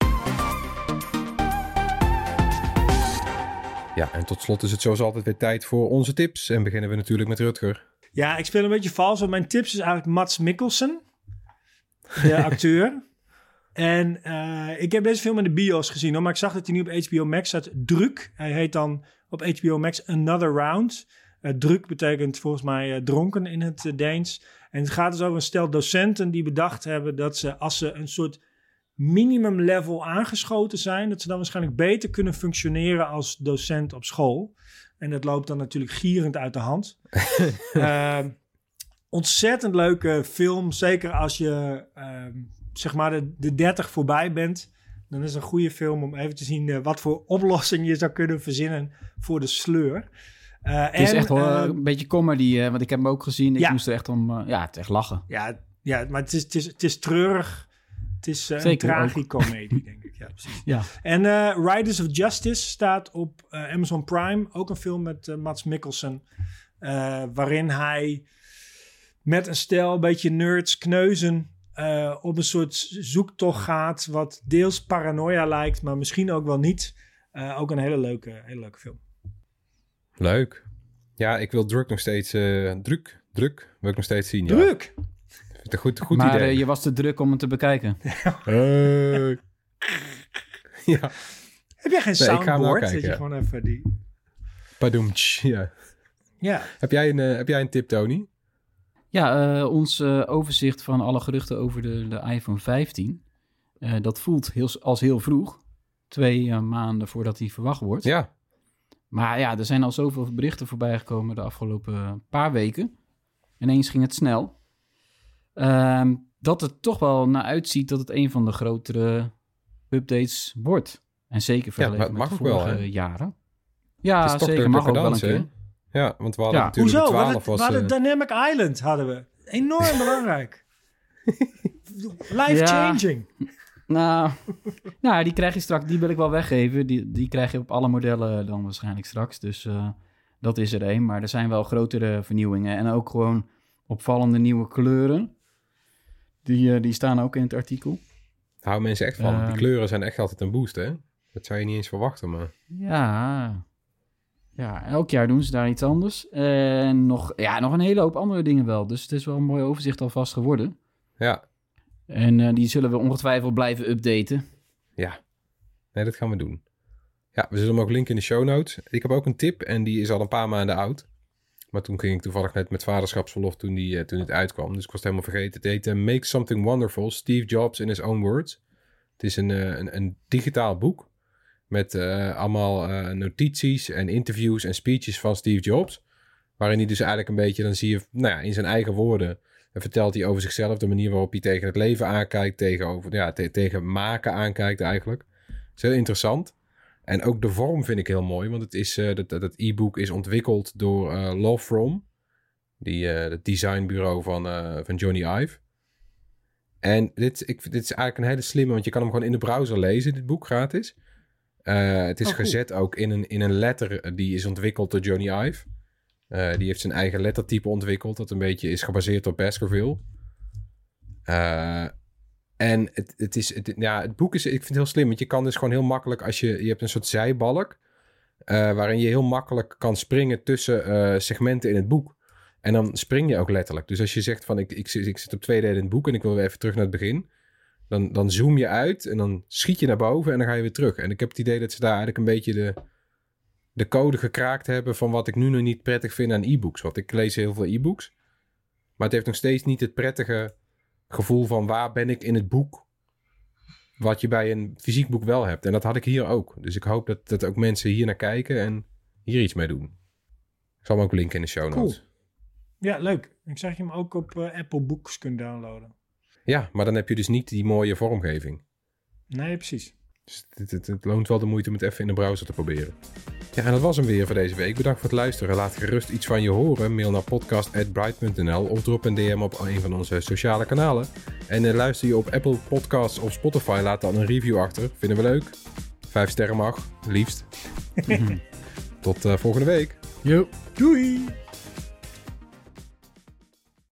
Ja, en tot slot is het zoals altijd weer tijd voor onze tips. En beginnen we natuurlijk met Rutger. Ja, ik speel een beetje vals, want mijn tips is eigenlijk Mads Mikkelsen, de acteur. En ik heb deze film in de bios gezien, hoor, maar ik zag dat hij nu op HBO Max staat. Druk. Hij heet dan op HBO Max Another Round. Druk betekent volgens mij dronken in het Deens. En het gaat dus over een stel docenten die bedacht hebben dat ze, als ze een soort minimum level aangeschoten zijn, dat ze dan waarschijnlijk beter kunnen functioneren als docent op school. En dat loopt dan natuurlijk gierend uit de hand. Ontzettend leuke film, zeker als je zeg maar de 30 voorbij bent. Dan is het een goede film om even te zien wat voor oplossing je zou kunnen verzinnen voor de sleur. Het is echt wel een beetje comedy, want ik heb hem ook gezien. Ik moest er echt om, het is echt lachen. Ja, maar het is treurig. Het is een tragicomedie, denk ik. Ja, precies. Ja. En Riders of Justice staat op Amazon Prime. Ook een film met Mads Mikkelsen. Waarin hij met een stel een beetje nerds kneuzen op een soort zoektocht gaat. Wat deels paranoia lijkt, maar misschien ook wel niet. Ook een hele leuke film. Leuk. Ja, ik wil Druk nog steeds... Druk wil ik nog steeds zien. Druk! Ja. Een goed maar idee. Je was te druk om het te bekijken. Ja. Heb jij geen soundboard? Dat je gewoon even die... Padoemtsch, ja. Heb jij een tip, Tony? Ja, ons overzicht van alle geruchten over de iPhone 15. Dat voelt als heel vroeg. 2 maanden voordat die verwacht wordt. Ja. Maar er zijn al zoveel berichten voorbij gekomen de afgelopen paar weken. Ineens ging het snel. Dat het toch wel naar uitziet dat het een van de grotere updates wordt. En zeker vergeleken met de vorige jaren. Ja, zeker. Mag ook wel een keer. Ja, want we hadden natuurlijk Hoezo? 12 we hadden Dynamic Island, hadden we. Enorm belangrijk. Life-changing. Nou, die krijg je straks. Die wil ik wel weggeven. Die krijg je op alle modellen dan waarschijnlijk straks. Dus dat is er één. Maar er zijn wel grotere vernieuwingen. En ook gewoon opvallende nieuwe kleuren. Die staan ook in het artikel. Houden mensen echt van. Die kleuren zijn echt altijd een boost, hè? Dat zou je niet eens verwachten, maar... Ja, elk jaar doen ze daar iets anders. En nog een hele hoop andere dingen wel. Dus het is wel een mooi overzicht alvast geworden. Ja. En die zullen we ongetwijfeld blijven updaten. Ja. Nee, dat gaan we doen. Ja, we zullen hem ook linken in de show notes. Ik heb ook een tip en die is al een paar maanden oud. Maar toen ging ik toevallig net met vaderschapsverlof toen het uitkwam. Dus ik was het helemaal vergeten. Het heet Make Something Wonderful, Steve Jobs in His Own Words. Het is een digitaal boek. Met allemaal notities en interviews en speeches van Steve Jobs. Waarin hij dus eigenlijk een beetje, dan zie je in zijn eigen woorden, vertelt hij over zichzelf, de manier waarop hij tegen het leven aankijkt, tegen maken aankijkt eigenlijk. Dat is heel interessant. En ook de vorm vind ik heel mooi, want het is, dat e-book is ontwikkeld door Love From, het designbureau van Johnny Ive. En dit is eigenlijk een hele slimme, want je kan hem gewoon in de browser lezen, dit boek, gratis. Het is gezet ook in een letter die is ontwikkeld door Johnny Ive. Die heeft zijn eigen lettertype ontwikkeld, dat een beetje is gebaseerd op Baskerville. En het boek is, ik vind het heel slim, want je kan dus gewoon heel makkelijk, als je hebt een soort zijbalk, waarin je heel makkelijk kan springen tussen segmenten in het boek. En dan spring je ook letterlijk. Dus als je zegt van ik zit op 2 delen in het boek en ik wil weer even terug naar het begin, dan zoom je uit en dan schiet je naar boven en dan ga je weer terug. En ik heb het idee dat ze daar eigenlijk een beetje de code gekraakt hebben van wat ik nu nog niet prettig vind aan e-books. Want ik lees heel veel e-books, maar het heeft nog steeds niet het prettige gevoel van waar ben ik in het boek, wat je bij een fysiek boek wel hebt. En dat had ik hier ook. Dus ik hoop dat ook mensen hier naar kijken en hier iets mee doen. Ik zal hem ook linken in de show notes. Cool. Ja, leuk. Ik zag je hem ook op Apple Books kunt downloaden. Ja, maar dan heb je dus niet die mooie vormgeving. Nee, precies. Dus het loont wel de moeite om het even in de browser te proberen. Ja, en dat was hem weer voor deze week. Bedankt voor het luisteren. Laat gerust iets van je horen. Mail naar podcast@bright.nl of drop een DM op een van onze sociale kanalen. En luister je op Apple Podcasts of Spotify, laat dan een review achter. Vinden we leuk. 5 sterren mag, liefst. Tot volgende week. Yo. Doei!